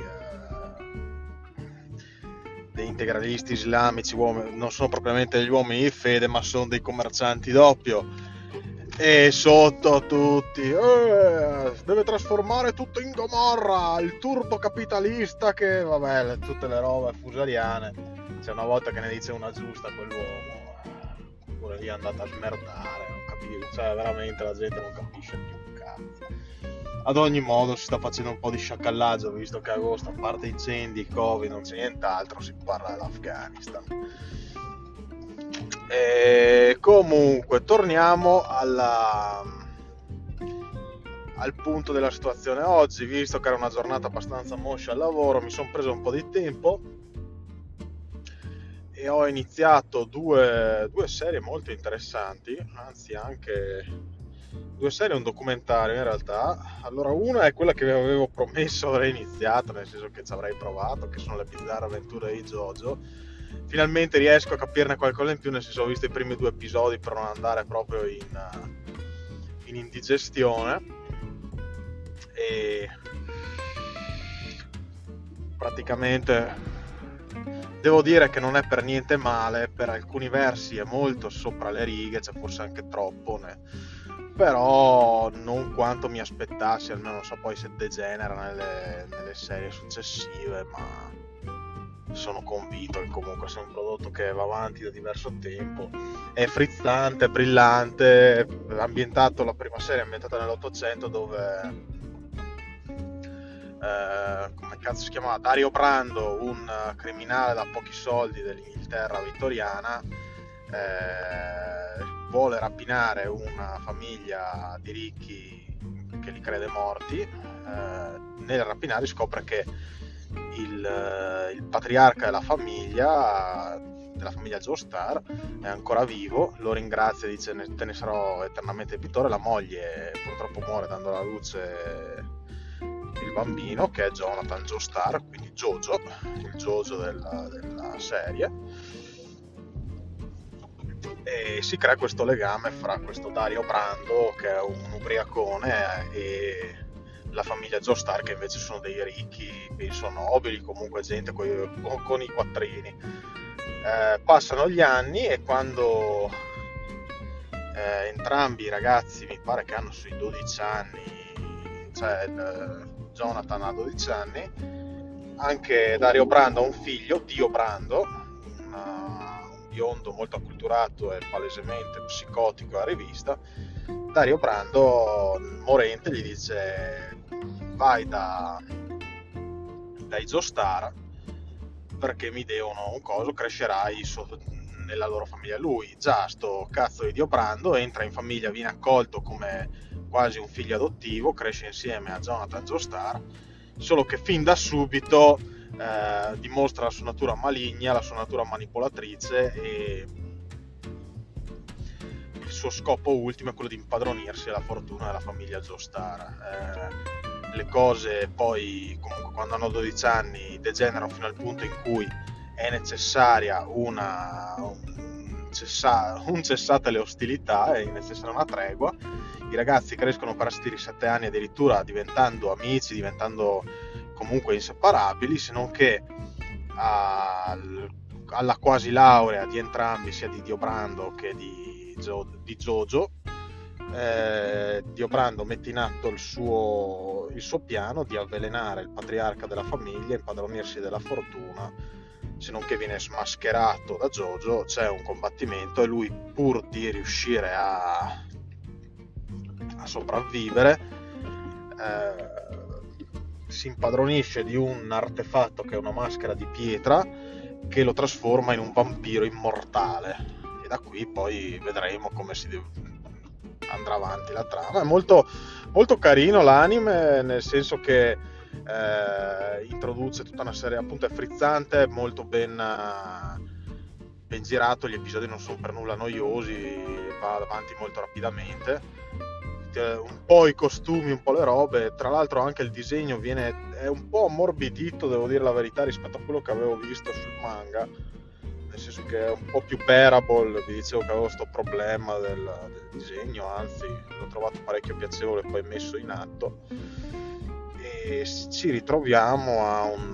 dei integralisti islamici, non sono propriamente degli uomini di fede, ma sono dei commercianti d'oppio. E sotto a tutti deve trasformare tutto in Gomorra, il turbo capitalista, che vabbè, tutte le robe fusariane. C'è una volta che ne dice una giusta quell'uomo, pure lì è andata a smerdare, non capisco, cioè veramente la gente non capisce più un cazzo. Ad ogni modo si sta facendo un po' di sciacallaggio, visto che agosto, a parte incendi, Covid, non c'è nient'altro, si parla dell'Afghanistan. E comunque torniamo al punto della situazione oggi. Visto che era una giornata abbastanza moscia al lavoro, mi sono preso un po' di tempo e ho iniziato due serie molto interessanti, anzi anche 2 serie e un documentario in realtà. Allora, una è quella che vi avevo promesso avrei iniziato, nel senso che ci avrei provato, che sono le bizzarre avventure di JoJo. Finalmente riesco a capirne qualcosa in più, nel senso ho visto i primi 2 episodi per non andare proprio in indigestione, e praticamente devo dire che non è per niente male, per alcuni versi è molto sopra le righe, c'è forse anche troppo, però non quanto mi aspettassi, almeno non so poi se degenera nelle serie successive, ma sono convinto che comunque sia un prodotto che va avanti da diverso tempo, è frizzante, brillante, ambientato, la prima serie è ambientata nell'800, dove come cazzo si chiamava, Dario Brando, un criminale da pochi soldi dell'Inghilterra vittoriana, vuole rapinare una famiglia di ricchi che li crede morti. Nel rapinare scopre che il patriarca della famiglia della famiglia Joestar, è ancora vivo, lo ringrazia, dice te ne sarò eternamente debitore. La moglie purtroppo muore dando alla luce il bambino, che è Jonathan Joestar, quindi Jojo, il Jojo della serie, e si crea questo legame fra questo Dario Brando, che è un ubriacone, e la famiglia Joestar, che invece sono dei ricchi, penso nobili, comunque gente con i quattrini. Passano gli anni e quando entrambi i ragazzi, mi pare che hanno sui 12 anni, cioè Jonathan ha 12 anni, anche Dario Brando ha un figlio, Dio Brando, un biondo molto acculturato e palesemente psicotico a rivista. Dario Brando, morente, gli dice: vai dai Joestar perché mi devono un coso, crescerai nella loro famiglia. Lui, già sto cazzo di Dio Brando, entra in famiglia, viene accolto come quasi un figlio adottivo, cresce insieme a Jonathan Joestar, solo che fin da subito dimostra la sua natura maligna, la sua natura manipolatrice, e il suo scopo ultimo è quello di impadronirsi della fortuna della famiglia Joestar. Le cose poi, comunque, quando hanno 12 anni degenerano fino al punto in cui è necessaria un cessate le ostilità, è necessaria una tregua. I ragazzi crescono per questi 7 anni addirittura diventando amici, diventando comunque inseparabili, se non che alla quasi laurea di entrambi, sia di Dio Brando che di Jojo, Dio Brando mette in atto il suo piano di avvelenare il patriarca della famiglia, impadronirsi della fortuna, se non che viene smascherato da Jojo. C'è un combattimento e lui, pur di riuscire a sopravvivere, si impadronisce di un artefatto che è una maschera di pietra che lo trasforma in un vampiro immortale, e da qui poi vedremo come andrà avanti la trama. È molto, molto carino l'anime, nel senso che introduce tutta una serie, appunto è frizzante, molto ben girato, gli episodi non sono per nulla noiosi, va avanti molto rapidamente, un po' i costumi, un po' le robe, tra l'altro anche il disegno è un po' ammorbidito, devo dire la verità, rispetto a quello che avevo visto sul manga, nel senso che è un po' più bearable. Vi dicevo che avevo questo problema del disegno, anzi l'ho trovato parecchio piacevole poi messo in atto, e ci ritroviamo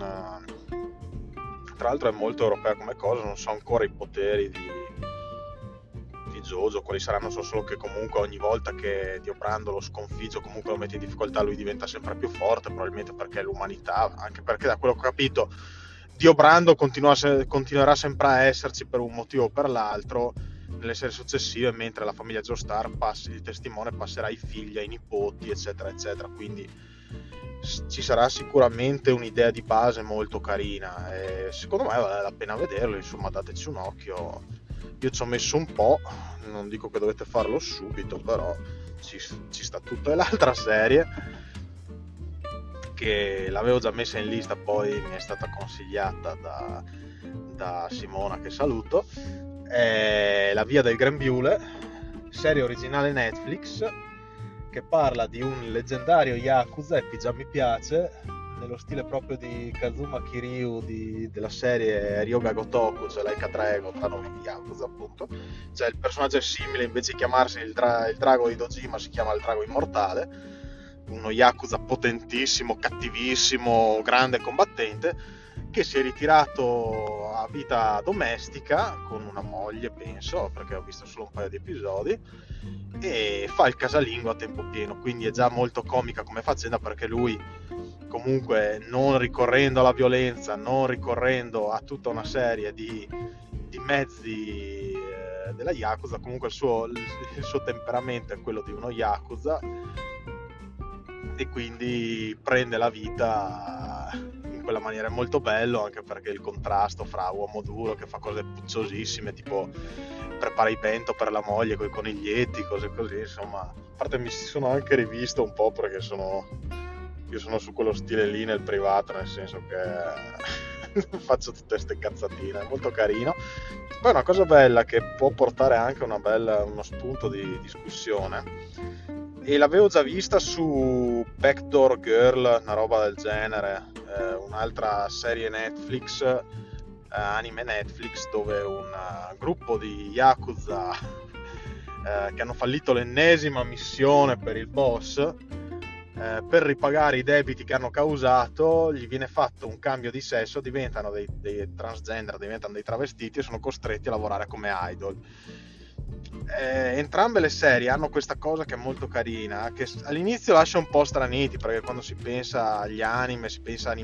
tra l'altro è molto europea come cosa, non so ancora i poteri di Jojo quali saranno, so solo che comunque ogni volta che Dio Brando lo sconfigge o comunque lo mette in difficoltà, lui diventa sempre più forte, probabilmente perché è l'umanità, anche perché da quello che ho capito Dio Brando continuerà sempre a esserci per un motivo o per l'altro nelle serie successive, mentre la famiglia Joestar, il testimone passerà ai figli, ai nipoti, eccetera eccetera, quindi ci sarà sicuramente un'idea di base molto carina e secondo me vale la pena vederlo, insomma dateci un occhio. Io ci ho messo un po', non dico che dovete farlo subito, però ci sta tutto. E l'altra serie, che l'avevo già messa in lista, poi mi è stata consigliata da Simona, che saluto, è La Via del Grembiule, serie originale Netflix, che parla di un leggendario Yakuza, e già mi piace, nello stile proprio di Kazuma Kiryu della serie Ryoga Gotoku, cioè Laika Dragon, tra nomi di Yakuza appunto. Cioè il personaggio è simile, invece di chiamarsi il drago di Dojima si chiama il drago immortale, uno Yakuza potentissimo, cattivissimo, grande combattente, che si è ritirato a vita domestica con una moglie, penso, perché ho visto solo un paio di episodi, e fa il casalingo a tempo pieno, quindi è già molto comica come faccenda, perché lui comunque, non ricorrendo alla violenza, non ricorrendo a tutta una serie di mezzi della Yakuza, comunque il suo temperamento è quello di uno Yakuza, e quindi prende la vita in quella maniera. È molto bello anche perché il contrasto fra uomo duro che fa cose puzzosissime, tipo prepara i bento per la moglie con i coniglietti, cose così, insomma. A parte mi sono anche rivisto un po' perché io sono su quello stile lì nel privato, nel senso che faccio tutte ste cazzatine, è molto carino. Poi una cosa bella che può portare anche uno spunto di discussione, e l'avevo già vista su Backdoor Girl, una roba del genere, un'altra serie Netflix, anime Netflix, dove un gruppo di Yakuza che hanno fallito l'ennesima missione per il boss, per ripagare i debiti che hanno causato, gli viene fatto un cambio di sesso, diventano dei transgender, diventano dei travestiti e sono costretti a lavorare come idol. Entrambe le serie hanno questa cosa che è molto carina, che all'inizio lascia un po' straniti, perché quando si pensa agli anime, si pensa a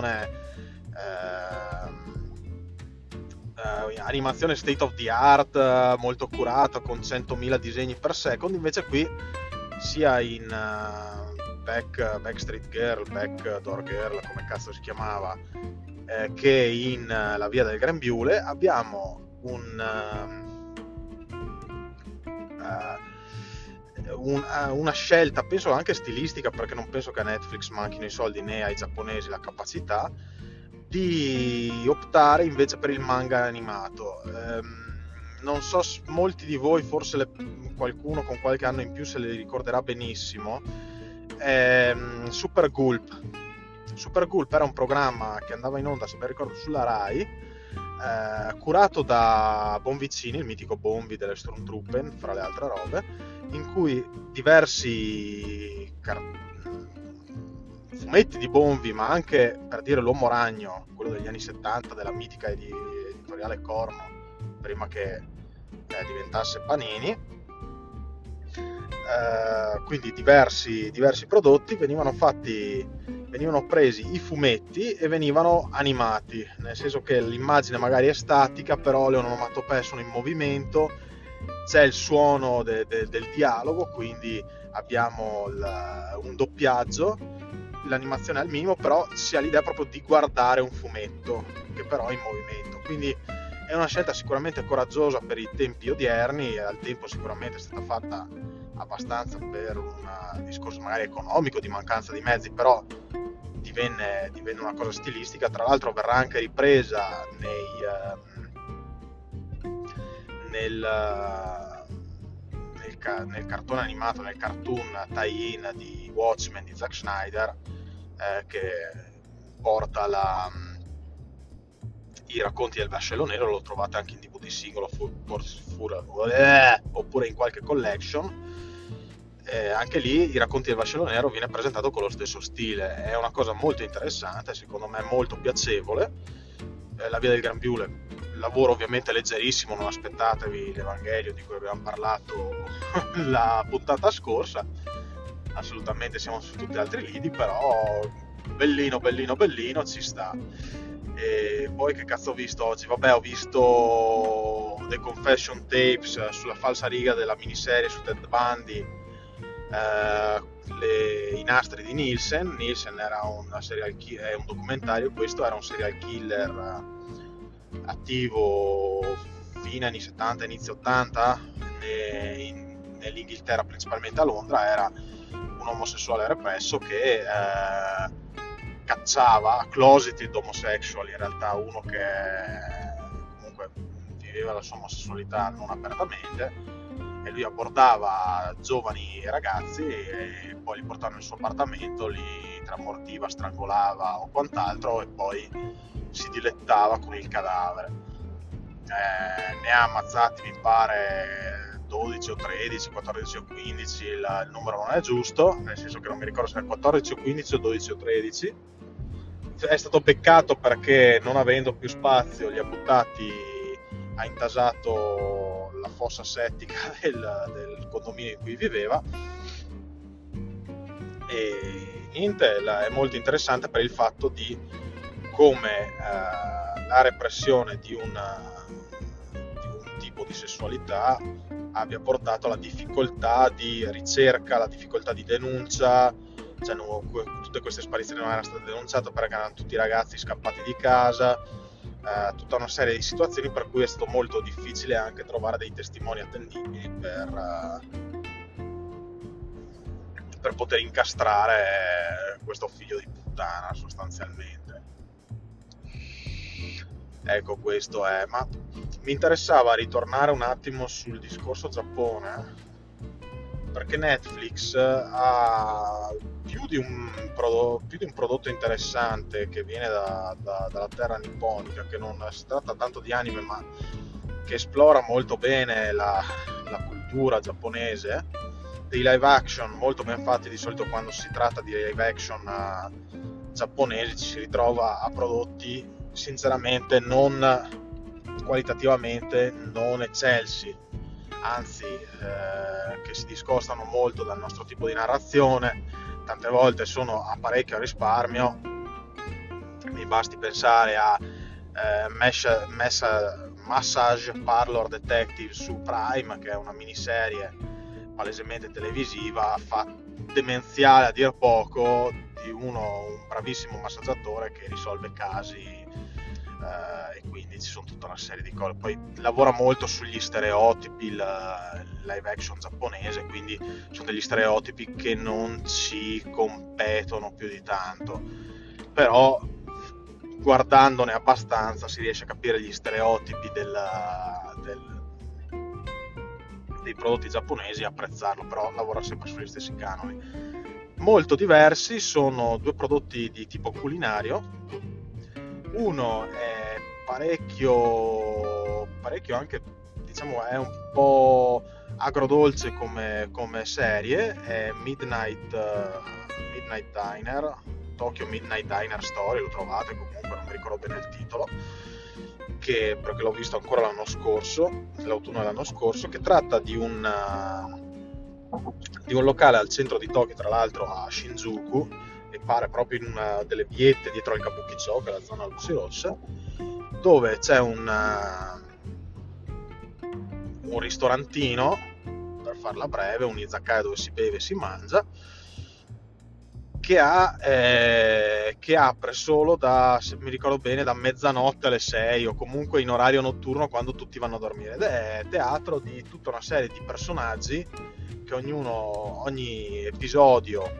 animazione state of the art, molto curata, con 100.000 disegni per secondo. Invece qui, sia in Backstreet Girl, Backdoor Girl, come cazzo si chiamava, che in La Via del Grembiule, abbiamo una scelta, penso anche stilistica, perché non penso che a Netflix manchino i soldi, né ai giapponesi la capacità di optare invece per il manga animato. Non so, molti di voi, forse qualcuno con qualche anno in più se li ricorderà benissimo. Super Gulp era un programma che andava in onda, se ben ricordo, sulla Rai, curato da Bonvicini, il mitico Bombi delle Stormtrooper, fra le altre robe, in cui diversi fumetti di Bonvi, ma anche, per dire, l'Uomo Ragno, quello degli anni 70 della mitica editoriale Corno, prima che diventasse Panini, quindi diversi prodotti venivano presi i fumetti e venivano animati, nel senso che l'immagine magari è statica, però le onomatopee sono in movimento, c'è il suono del dialogo, quindi abbiamo un doppiaggio, l'animazione è al minimo, però si ha l'idea proprio di guardare un fumetto che però è in movimento. Quindi è una scelta sicuramente coraggiosa per i tempi odierni, e al tempo sicuramente è stata fatta abbastanza per un discorso magari economico, di mancanza di mezzi, però divenne una cosa stilistica. Tra l'altro verrà anche ripresa nel cartone animato, nel cartoon tie-in di Watchmen di Zack Snyder, che porta i racconti del Vascello Nero. Lo trovate anche in DVD singolo oppure in qualche collection. Anche lì i racconti del Vascello Nero viene presentato con lo stesso stile, è una cosa molto interessante, secondo me molto piacevole. La Via del Grembiule, lavoro ovviamente leggerissimo, non aspettatevi l'Evangelio di cui abbiamo parlato la puntata scorsa, assolutamente siamo su tutti altri lidi, però bellino, ci sta. E poi che cazzo ho visto oggi? Vabbè, ho visto The Confession Tapes, sulla falsariga della miniserie su Ted Bundy, i nastri di Nielsen era è un documentario, questo era un serial killer attivo fine anni 70, inizio 80, nell'Inghilterra, principalmente a Londra. Era un omosessuale represso che cacciava closeted homosexual, in realtà uno che comunque viveva la sua omosessualità non apertamente, e lui abbordava giovani ragazzi e poi li portava nel suo appartamento, li tramortiva, strangolava o quant'altro, e poi si dilettava con il cadavere. Ne ha ammazzati, mi pare, 12 o 13, 14 o 15, il numero non è giusto, nel senso che non mi ricordo se è 14 o 15 o 12 o 13. È stato peccato perché, non avendo più spazio, li ha buttati, ha intasato la fossa settica del condominio in cui viveva. E niente, è molto interessante per il fatto di come la repressione di un tipo di sessualità abbia portato alla difficoltà di ricerca, alla difficoltà di denuncia. Cioè, tutte queste sparizioni non erano state denunciate perché erano tutti ragazzi scappati di casa, tutta una serie di situazioni per cui è stato molto difficile anche trovare dei testimoni attendibili per poter incastrare questo figlio di puttana, sostanzialmente. Ecco, questo è. Ma mi interessava ritornare un attimo sul discorso Giappone, perché Netflix ha più di un prodotto interessante che viene dalla terra nipponica, che non si tratta tanto di anime, ma che esplora molto bene la cultura giapponese, dei live action molto ben fatti. Di solito quando si tratta di live action giapponesi ci si ritrova a prodotti sinceramente non qualitativamente non eccelsi, anzi che si discostano molto dal nostro tipo di narrazione, tante volte sono a parecchio risparmio. Mi basti pensare a Massage Parlor Detective su Prime, che è una miniserie palesemente televisiva, demenziale a dir poco, di un bravissimo massaggiatore che risolve casi, e quindi ci sono tutta una serie di cose. Poi lavora molto sugli stereotipi, il live action giapponese, quindi sono degli stereotipi che non ci competono più di tanto, però guardandone abbastanza si riesce a capire gli stereotipi dei prodotti giapponesi e apprezzarlo, però lavora sempre sugli stessi canoni. Molto diversi sono due prodotti di tipo culinario. Uno è parecchio anche, diciamo, è un po' agrodolce come serie, è Midnight Diner, Tokyo Midnight Diner Story, lo trovate comunque, non mi ricordo bene il titolo, perché l'ho visto ancora l'autunno dell'anno scorso, che tratta di un locale al centro di Tokyo, tra l'altro a Shinjuku, e pare proprio in una delle viette dietro al Kabukicho, che è la zona luci rossa, dove c'è un ristorantino, per farla breve, un izakaya dove si beve e si mangia, che apre solo se mi ricordo bene, da mezzanotte alle 6 o comunque in orario notturno quando tutti vanno a dormire, ed è teatro di tutta una serie di personaggi che ogni episodio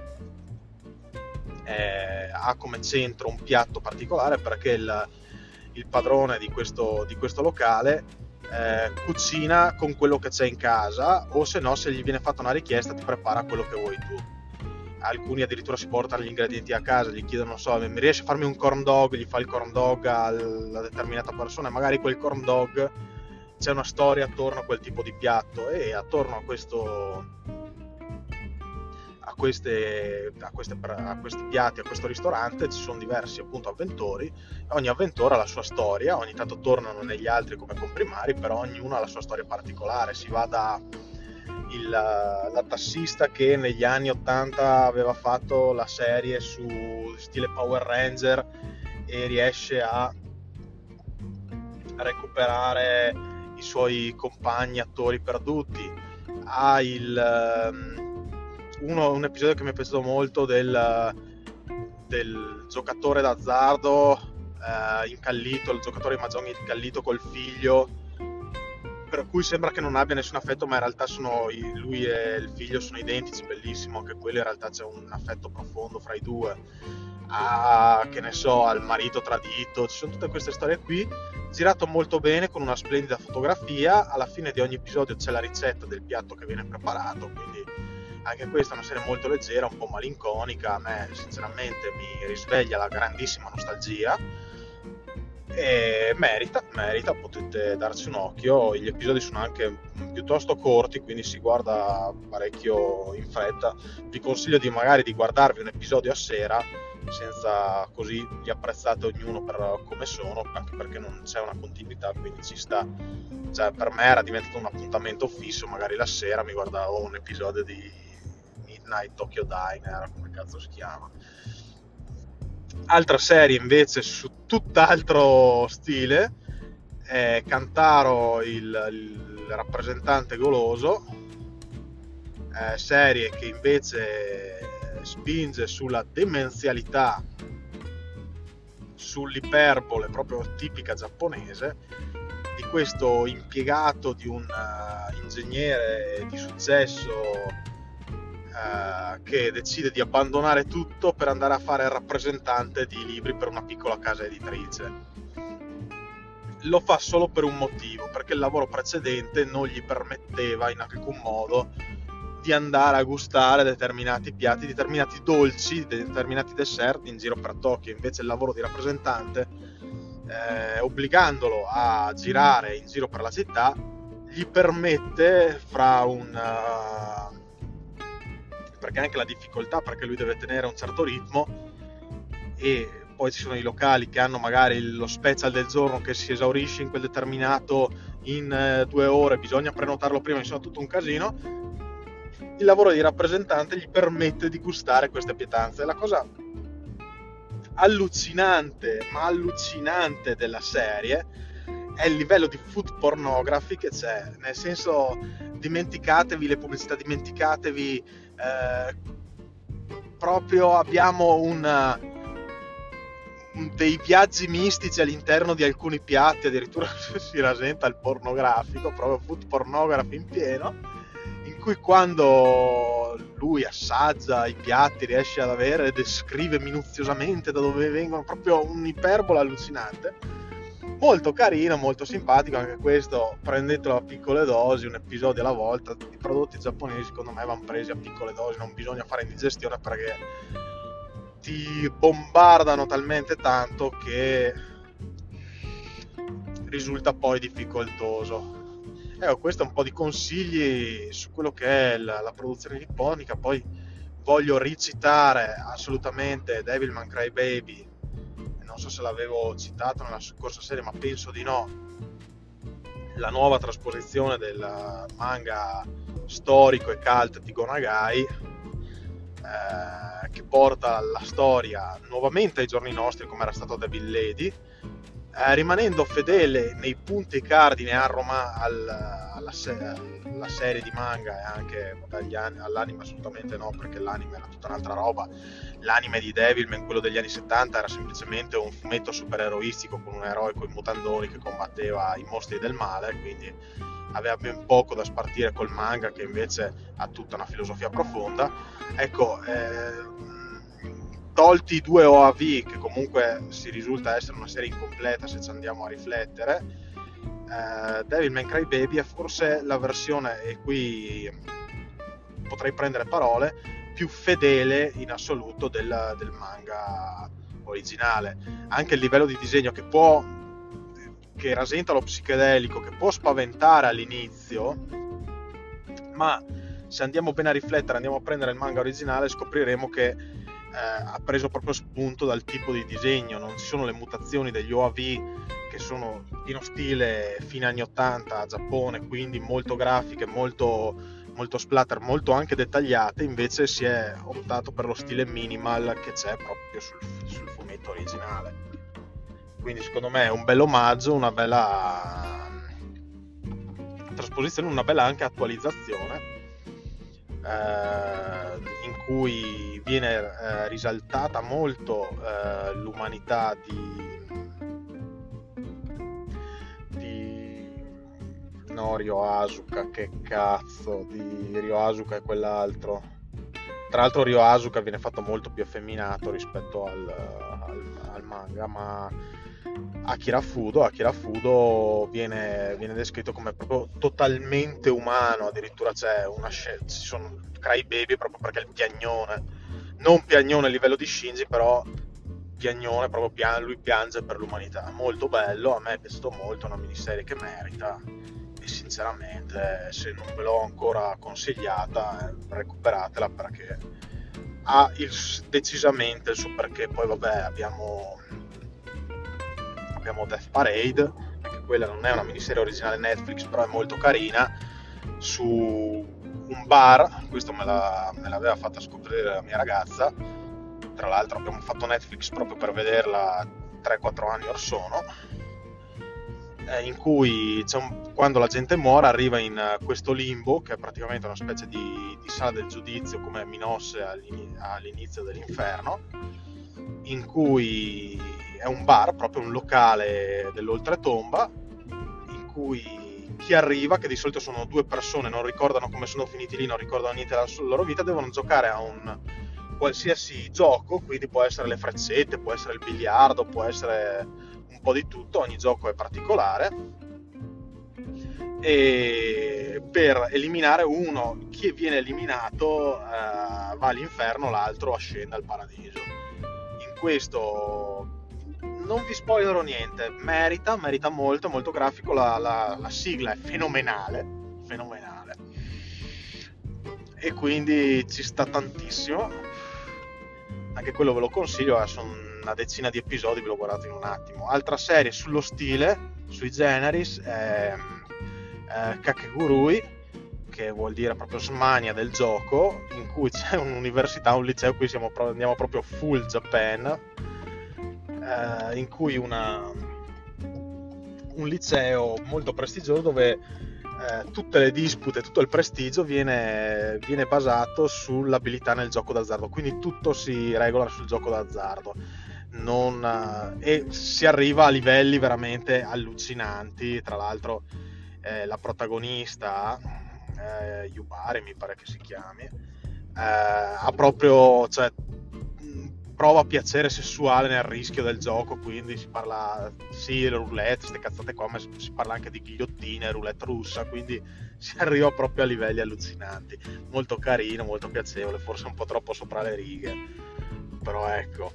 ha come centro un piatto particolare, perché il padrone di questo locale cucina con quello che c'è in casa, o se no, se gli viene fatta una richiesta, ti prepara quello che vuoi tu. Alcuni addirittura si portano gli ingredienti a casa, gli chiedono, non so, mi riesci a farmi un corn dog, gli fa il corn dog alla determinata persona, magari quel corn dog c'è una storia attorno a quel tipo di piatto, e attorno a questi piatti, a questo ristorante, ci sono diversi appunto avventori. Ogni avventore ha la sua storia, ogni tanto tornano negli altri come comprimari, però ognuno ha la sua storia particolare. Si va da la tassista che negli anni 80 aveva fatto la serie su stile Power Ranger e riesce a recuperare i suoi compagni attori perduti, ha un episodio che mi è piaciuto molto del giocatore d'azzardo incallito, il giocatore di mahjong incallito col figlio, per cui sembra che non abbia nessun affetto, ma in realtà lui e il figlio sono identici, bellissimo anche quello. In realtà c'è un affetto profondo fra i due. Che ne so, al marito tradito, ci sono tutte queste storie qui, girato molto bene con una splendida fotografia. Alla fine di ogni episodio c'è la ricetta del piatto che viene preparato, quindi anche questa è una serie molto leggera, un po' malinconica. A me sinceramente mi risveglia la grandissima nostalgia, e merita, potete darci un occhio. Gli episodi sono anche piuttosto corti, quindi si guarda parecchio in fretta. Vi consiglio magari di guardarvi un episodio a sera, senza, così li apprezzate ognuno per come sono, anche perché non c'è una continuità, quindi ci sta. Cioè, per me era diventato un appuntamento fisso, magari la sera mi guardavo un episodio di Midnight Tokyo Diner, come cazzo si chiama. Altra serie invece su tutt'altro stile è Kantaro, il rappresentante goloso, serie che invece spinge sulla demenzialità, sull'iperbole proprio tipica giapponese, di questo impiegato di un ingegnere di successo che decide di abbandonare tutto per andare a fare il rappresentante di libri per una piccola casa editrice. lo fa solo per un motivo, perché il lavoro precedente non gli permetteva in alcun modo di andare a gustare determinati piatti, determinati dolci, determinati dessert in giro per Tokyo. Invece il lavoro di rappresentante, obbligandolo a girare in giro per la città, gli permette perché anche la difficoltà, perché lui deve tenere un certo ritmo, e poi ci sono i locali che hanno magari lo special del giorno che si esaurisce in quel determinato in 2 ore, bisogna prenotarlo prima, insomma tutto un casino. Il lavoro di rappresentante gli permette di gustare queste pietanze. La cosa allucinante della serie è il livello di food pornography che c'è, nel senso, dimenticatevi le pubblicità, dimenticatevi proprio abbiamo dei viaggi mistici all'interno di alcuni piatti, addirittura si rasenta il pornografico, proprio food pornography in pieno, in cui quando lui assaggia i piatti riesce ad avere e descrive minuziosamente da dove vengono, proprio un'iperbola allucinante. Molto carino, molto simpatico anche questo, prendetelo a piccole dosi, un episodio alla volta. I prodotti giapponesi secondo me vanno presi a piccole dosi, non bisogna fare indigestione perché ti bombardano talmente tanto che risulta poi difficoltoso. Ecco, questo è un po' di consigli su quello che è la produzione nipponica. Poi voglio ricitare assolutamente Devilman Crybaby, non so se l'avevo citato nella scorsa serie, ma penso di no, la nuova trasposizione del manga storico e cult di Go Nagai, che porta la storia nuovamente ai giorni nostri come era stato Devil Lady, rimanendo fedele nei punti cardine alla serie di manga e anche all'anime assolutamente no, perché l'anime era tutta un'altra roba. L'anime di Devilman, quello degli anni 70, era semplicemente un fumetto supereroistico con un eroe coi mutandoni che combatteva i mostri del male, quindi aveva ben poco da spartire col manga, che invece ha tutta una filosofia profonda. Ecco, tolti i 2 OAV, che comunque si risulta essere una serie incompleta se ci andiamo a riflettere, Devilman Crybaby è forse la versione, e qui potrei prendere parole, più fedele in assoluto del manga originale. Anche il livello di disegno che rasenta lo psichedelico, che può spaventare all'inizio, ma se andiamo bene a riflettere, andiamo a prendere il manga originale, scopriremo che ha preso proprio spunto dal tipo di disegno. Non ci sono le mutazioni degli OAV che sono in stile fine anni 80 a Giappone, quindi molto grafiche, molto splatter, molto anche dettagliate. Invece si è optato per lo stile minimal che c'è proprio sul fumetto originale. Quindi secondo me è un bel omaggio, una bella trasposizione, una bella anche attualizzazione, in cui viene risaltata molto l'umanità di Ryo che cazzo di Ryo Asuka è quell'altro. Tra l'altro Ryo Asuka viene fatto molto più effeminato rispetto al manga, ma Akira Fudo viene descritto come proprio totalmente umano. Addirittura c'è ci sono Crybaby proprio perché il piagnone, non piagnone a livello di Shinji, però piagnone proprio, lui piange per l'umanità. Molto bello, a me è piaciuto molto, è una miniserie che merita, e sinceramente se non ve l'ho ancora consigliata, recuperatela, perché ha decisamente il suo perché. Poi vabbè, abbiamo Death Parade, anche quella non è una miniserie originale Netflix, però è molto carina, su un bar. Questo me l'aveva fatta scoprire la mia ragazza, tra l'altro abbiamo fatto Netflix proprio per vederla 3-4 anni or sono, in cui quando la gente muore arriva in questo limbo, che è praticamente una specie di sala del giudizio come Minosse all'inizio dell'inferno, in cui è un bar, proprio un locale dell'oltretomba, in cui chi arriva, che di solito sono 2 persone, non ricordano come sono finiti lì, non ricordano niente della loro vita, devono giocare a un qualsiasi gioco, quindi può essere le freccette, può essere il biliardo, può essere un po' di tutto, ogni gioco è particolare, e per eliminare uno, chi viene eliminato va all'inferno, l'altro ascende al paradiso. In questo non vi spoilerò niente, merita molto, molto grafico, la sigla è fenomenale, e quindi ci sta tantissimo, anche quello ve lo consiglio, sono una decina di episodi, ve lo guardate in un attimo. Altra serie sullo stile, sui generis, Kakegurui, che vuol dire proprio smania del gioco, in cui c'è un'università, un liceo, qui andiamo proprio full Japan, in cui un liceo molto prestigioso dove tutte le dispute, tutto il prestigio viene basato sull'abilità nel gioco d'azzardo, quindi tutto si regola sul gioco d'azzardo, e si arriva a livelli veramente allucinanti. Tra l'altro la protagonista, Yubare mi pare che si chiami, ha proprio, cioè, prova piacere sessuale nel rischio del gioco, quindi si parla, sì, roulette, queste cazzate qua, ma si parla anche di ghigliottine, roulette russa, quindi si arriva proprio a livelli allucinanti. Molto carino, molto piacevole, forse un po' troppo sopra le righe, però ecco,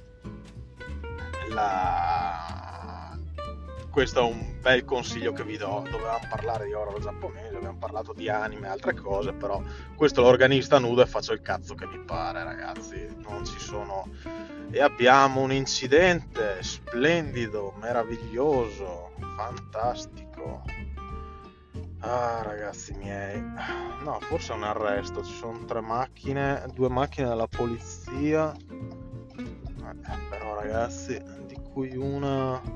questo è un bel consiglio che vi do. Dovevamo parlare di horror giapponese, abbiamo parlato di anime e altre cose, però questo è l'organista nudo e faccio il cazzo che mi pare, ragazzi, non ci sono. E abbiamo un incidente splendido, meraviglioso, fantastico. Ragazzi miei, no, forse è un arresto, ci sono 2 macchine della polizia, però ragazzi, di cui una...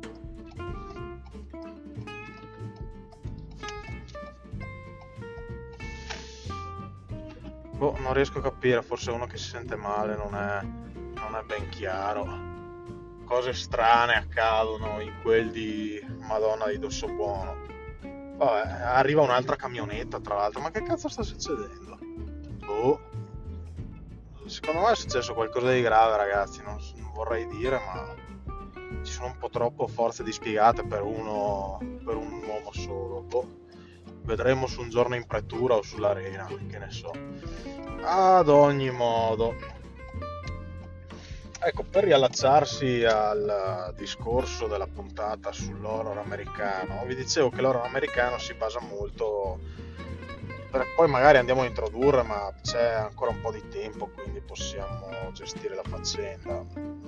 non riesco a capire, forse uno che si sente male, non è ben chiaro. Cose strane accadono in quel di Madonna di Dossobuono. Vabbè, arriva un'altra camionetta, tra l'altro, ma che cazzo sta succedendo? Secondo me è successo qualcosa di grave, ragazzi, non vorrei dire, ma ci sono un po' troppo forze dispiegate per un uomo solo. Vedremo su Un giorno in pretura o sull'arena, che ne so. Ad ogni modo, ecco, per riallacciarsi al discorso della puntata sull'horror americano, vi dicevo che l'horror americano si basa molto, poi magari andiamo a introdurre, ma c'è ancora un po' di tempo, quindi possiamo gestire la faccenda.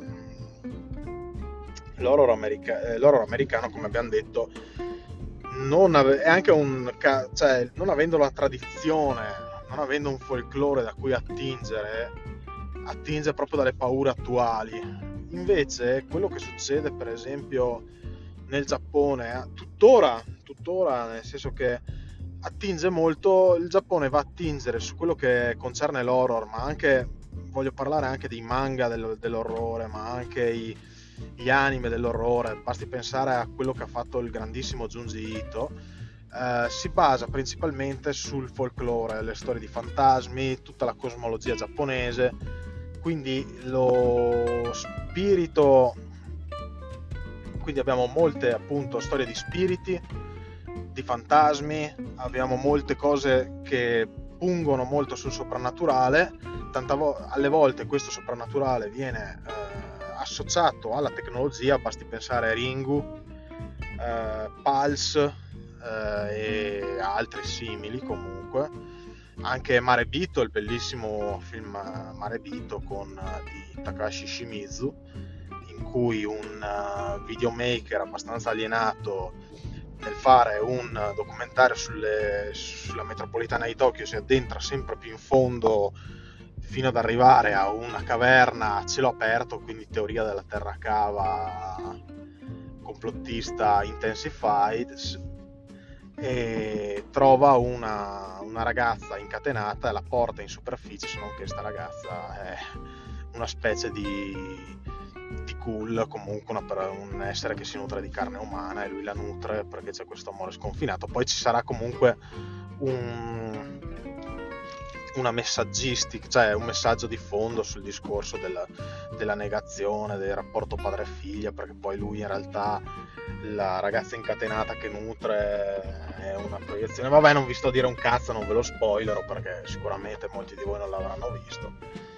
L'horror americano, come abbiamo detto, è anche cioè, non avendo la tradizione, non avendo un folklore da cui attinge proprio dalle paure attuali. Invece quello che succede per esempio nel Giappone tuttora, nel senso che attinge molto, il Giappone va a attingere su quello che concerne l'horror, ma anche, voglio parlare anche dei manga dell'orrore, ma anche gli anime dell'orrore. Basti pensare a quello che ha fatto il grandissimo Junji Ito. Si basa principalmente sul folklore, le storie di fantasmi, tutta la cosmologia giapponese, quindi lo spirito, quindi abbiamo molte appunto storie di spiriti, di fantasmi, abbiamo molte cose che pungono molto sul soprannaturale. Alle volte questo soprannaturale viene associato alla tecnologia, basti pensare a Ringu, Pulse e altri simili. Comunque anche Marebito, il bellissimo film Marebito di Takashi Shimizu, in cui un videomaker abbastanza alienato nel fare un documentario sulla metropolitana di Tokyo si addentra sempre più in fondo fino ad arrivare a una caverna a cielo aperto, quindi teoria della terra cava complottista intensified, e trova una ragazza incatenata e la porta in superficie, se non che sta ragazza è una specie di ghoul, comunque un essere che si nutre di carne umana, e lui la nutre perché c'è questo amore sconfinato. Poi ci sarà comunque una messaggistica, cioè un messaggio di fondo sul discorso della negazione del rapporto padre-figlia, perché poi lui in realtà la ragazza incatenata che nutre è una proiezione. Vabbè, non vi sto a dire un cazzo, non ve lo spoilerò perché sicuramente molti di voi non l'avranno visto.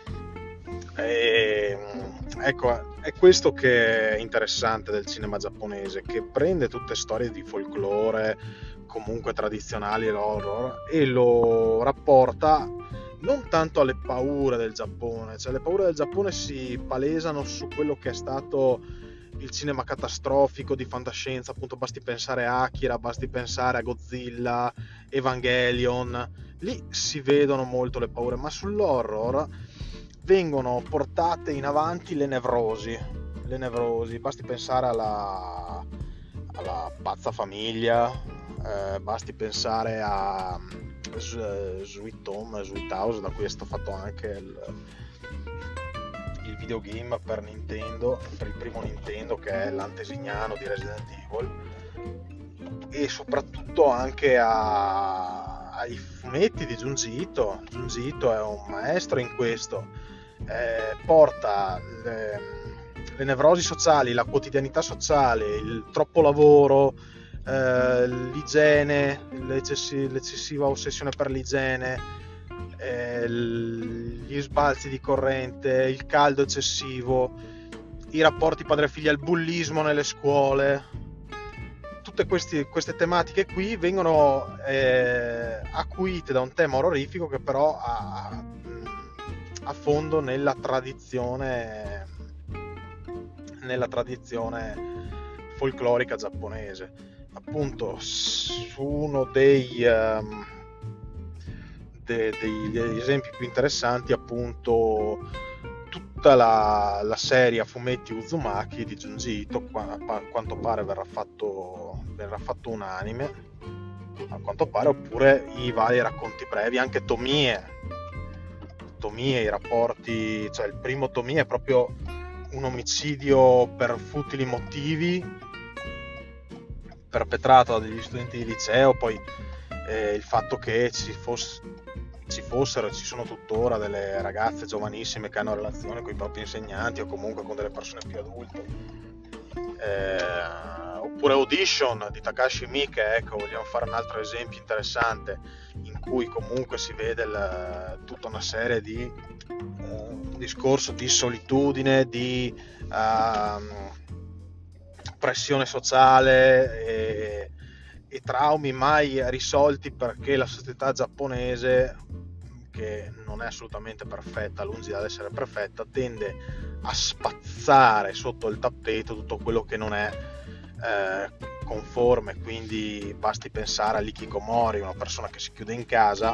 E, ecco, è questo che è interessante del cinema giapponese, che prende tutte storie di folklore comunque tradizionali e l'horror e lo rapporta non tanto alle paure del Giappone, cioè le paure del Giappone si palesano su quello che è stato il cinema catastrofico di fantascienza, appunto basti pensare a Akira, basti pensare a Godzilla, Evangelion, lì si vedono molto le paure, ma sull'horror vengono portate in avanti le nevrosi, basti pensare alla Pazza Famiglia, basti pensare a Sweet Home, Sweet House, da cui è stato fatto anche il videogame per Nintendo, per il primo Nintendo, che è l'antesignano di Resident Evil, e soprattutto anche ai fumetti di Junji Ito. Junji Ito è un maestro in questo, porta le nevrosi sociali, la quotidianità sociale, il troppo lavoro, l'igiene, l'eccessiva ossessione per l'igiene, gli sbalzi di corrente, il caldo eccessivo, i rapporti padre-figlia, il bullismo nelle scuole. Tutte queste tematiche qui vengono acuite da un tema orrorifico che però ha fondo nella tradizione folclorica giapponese. Appunto, su uno degli esempi più interessanti, appunto, tutta la serie a fumetti Uzumaki di Junji Ito, a quanto pare verrà fatto un anime, a quanto pare, oppure i vari racconti brevi, anche Tomie, i rapporti, cioè il primo Tomie è proprio un omicidio per futili motivi perpetrato da degli studenti di liceo, poi il fatto che ci fossero e ci sono tuttora delle ragazze giovanissime che hanno relazioni con i propri insegnanti o comunque con delle persone più adulte, oppure Audition di Takashi Miike. Ecco, vogliamo fare un altro esempio interessante in cui comunque si vede tutta una serie di un discorso di solitudine, di pressione sociale e traumi mai risolti, perché la società giapponese, che non è assolutamente perfetta, lungi dall'essere perfetta, tende a spazzare sotto il tappeto tutto quello che non è conforme. Quindi basti pensare a l'hikikomori, una persona che si chiude in casa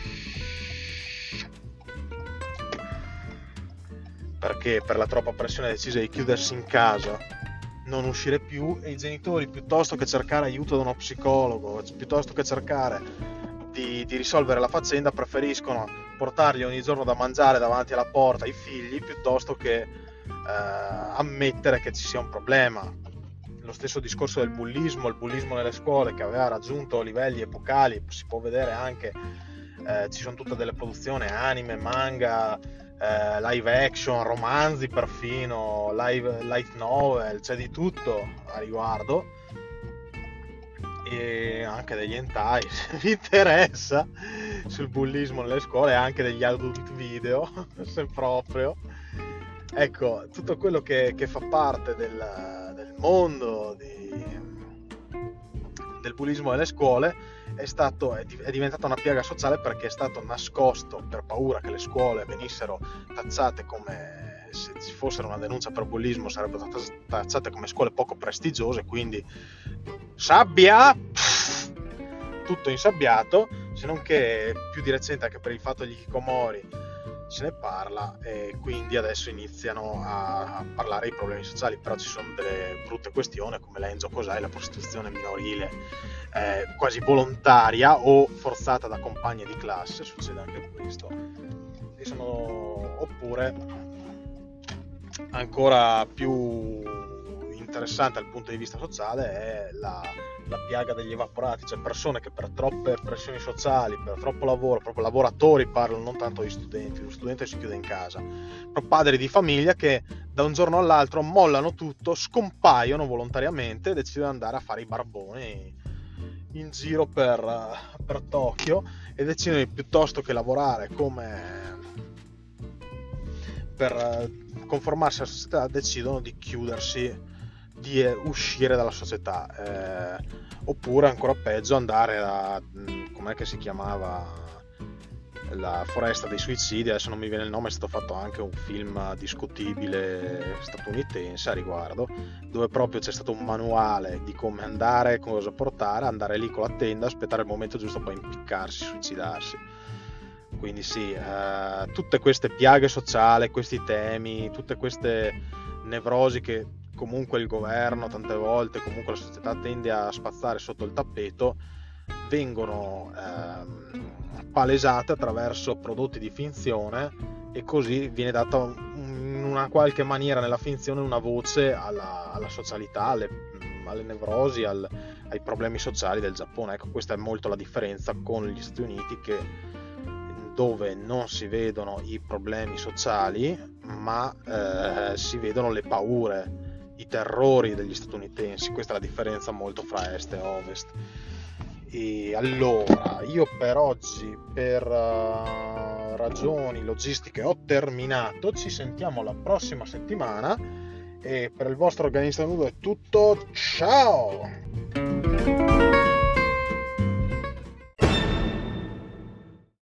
perché per la troppa pressione decise di chiudersi in casa, non uscire più, e i genitori, piuttosto che cercare aiuto da uno psicologo, piuttosto che cercare di risolvere la faccenda, preferiscono portargli ogni giorno da mangiare davanti alla porta i figli piuttosto che ammettere che ci sia un problema. Lo stesso discorso del bullismo, il bullismo nelle scuole, che aveva raggiunto livelli epocali, si può vedere anche, ci sono tutte delle produzioni, anime, manga, live action, romanzi perfino, light novel, c'è di tutto a riguardo, e anche degli hentai, se vi interessa, sul bullismo nelle scuole, anche degli adult video, se proprio. Ecco, tutto quello che fa parte del mondo del bullismo nelle scuole è diventata una piaga sociale, perché è stato nascosto per paura che le scuole venissero tazzate come, se ci fossero una denuncia per bullismo, sarebbero tazzate come scuole poco prestigiose, quindi sabbia, tutto insabbiato, se non che più di recente anche per il fatto degli hikikomori se ne parla, e quindi adesso iniziano a parlare di problemi sociali. Però ci sono delle brutte questioni come l'Enjo Kosai, la prostituzione minorile quasi volontaria o forzata da compagne di classe, succede anche questo, oppure ancora più interessante dal punto di vista sociale è la piaga degli evaporati, cioè persone che per troppe pressioni sociali, per troppo lavoro, proprio lavoratori parlo, non tanto gli studenti, lo studente si chiude in casa, però padri di famiglia che da un giorno all'altro mollano tutto, scompaiono volontariamente e decidono di andare a fare i barboni in giro per Tokyo, e decidono piuttosto che lavorare per conformarsi alla società, decidono di chiudersi, di uscire dalla società, oppure ancora peggio andare com'è che si chiamava, la foresta dei suicidi, adesso non mi viene il nome, è stato fatto anche un film discutibile statunitense a riguardo, dove proprio c'è stato un manuale di come andare, cosa portare, andare lì con la tenda, aspettare il momento giusto, poi impiccarsi, suicidarsi. Quindi sì, tutte queste piaghe sociali, questi temi, tutte queste nevrosi che comunque il governo tante volte, comunque la società tende a spazzare sotto il tappeto, vengono palesate attraverso prodotti di finzione, e così viene data in una qualche maniera nella finzione una voce alla socialità, alle nevrosi, ai problemi sociali del Giappone. Ecco, questa è molto la differenza con gli Stati Uniti, dove non si vedono i problemi sociali, ma si vedono le paure, i terrori degli statunitensi. Questa è la differenza molto fra est e ovest. E allora, io per oggi, per ragioni logistiche, ho terminato. Ci sentiamo la prossima settimana, e per il vostro organista nudo è tutto. Ciao!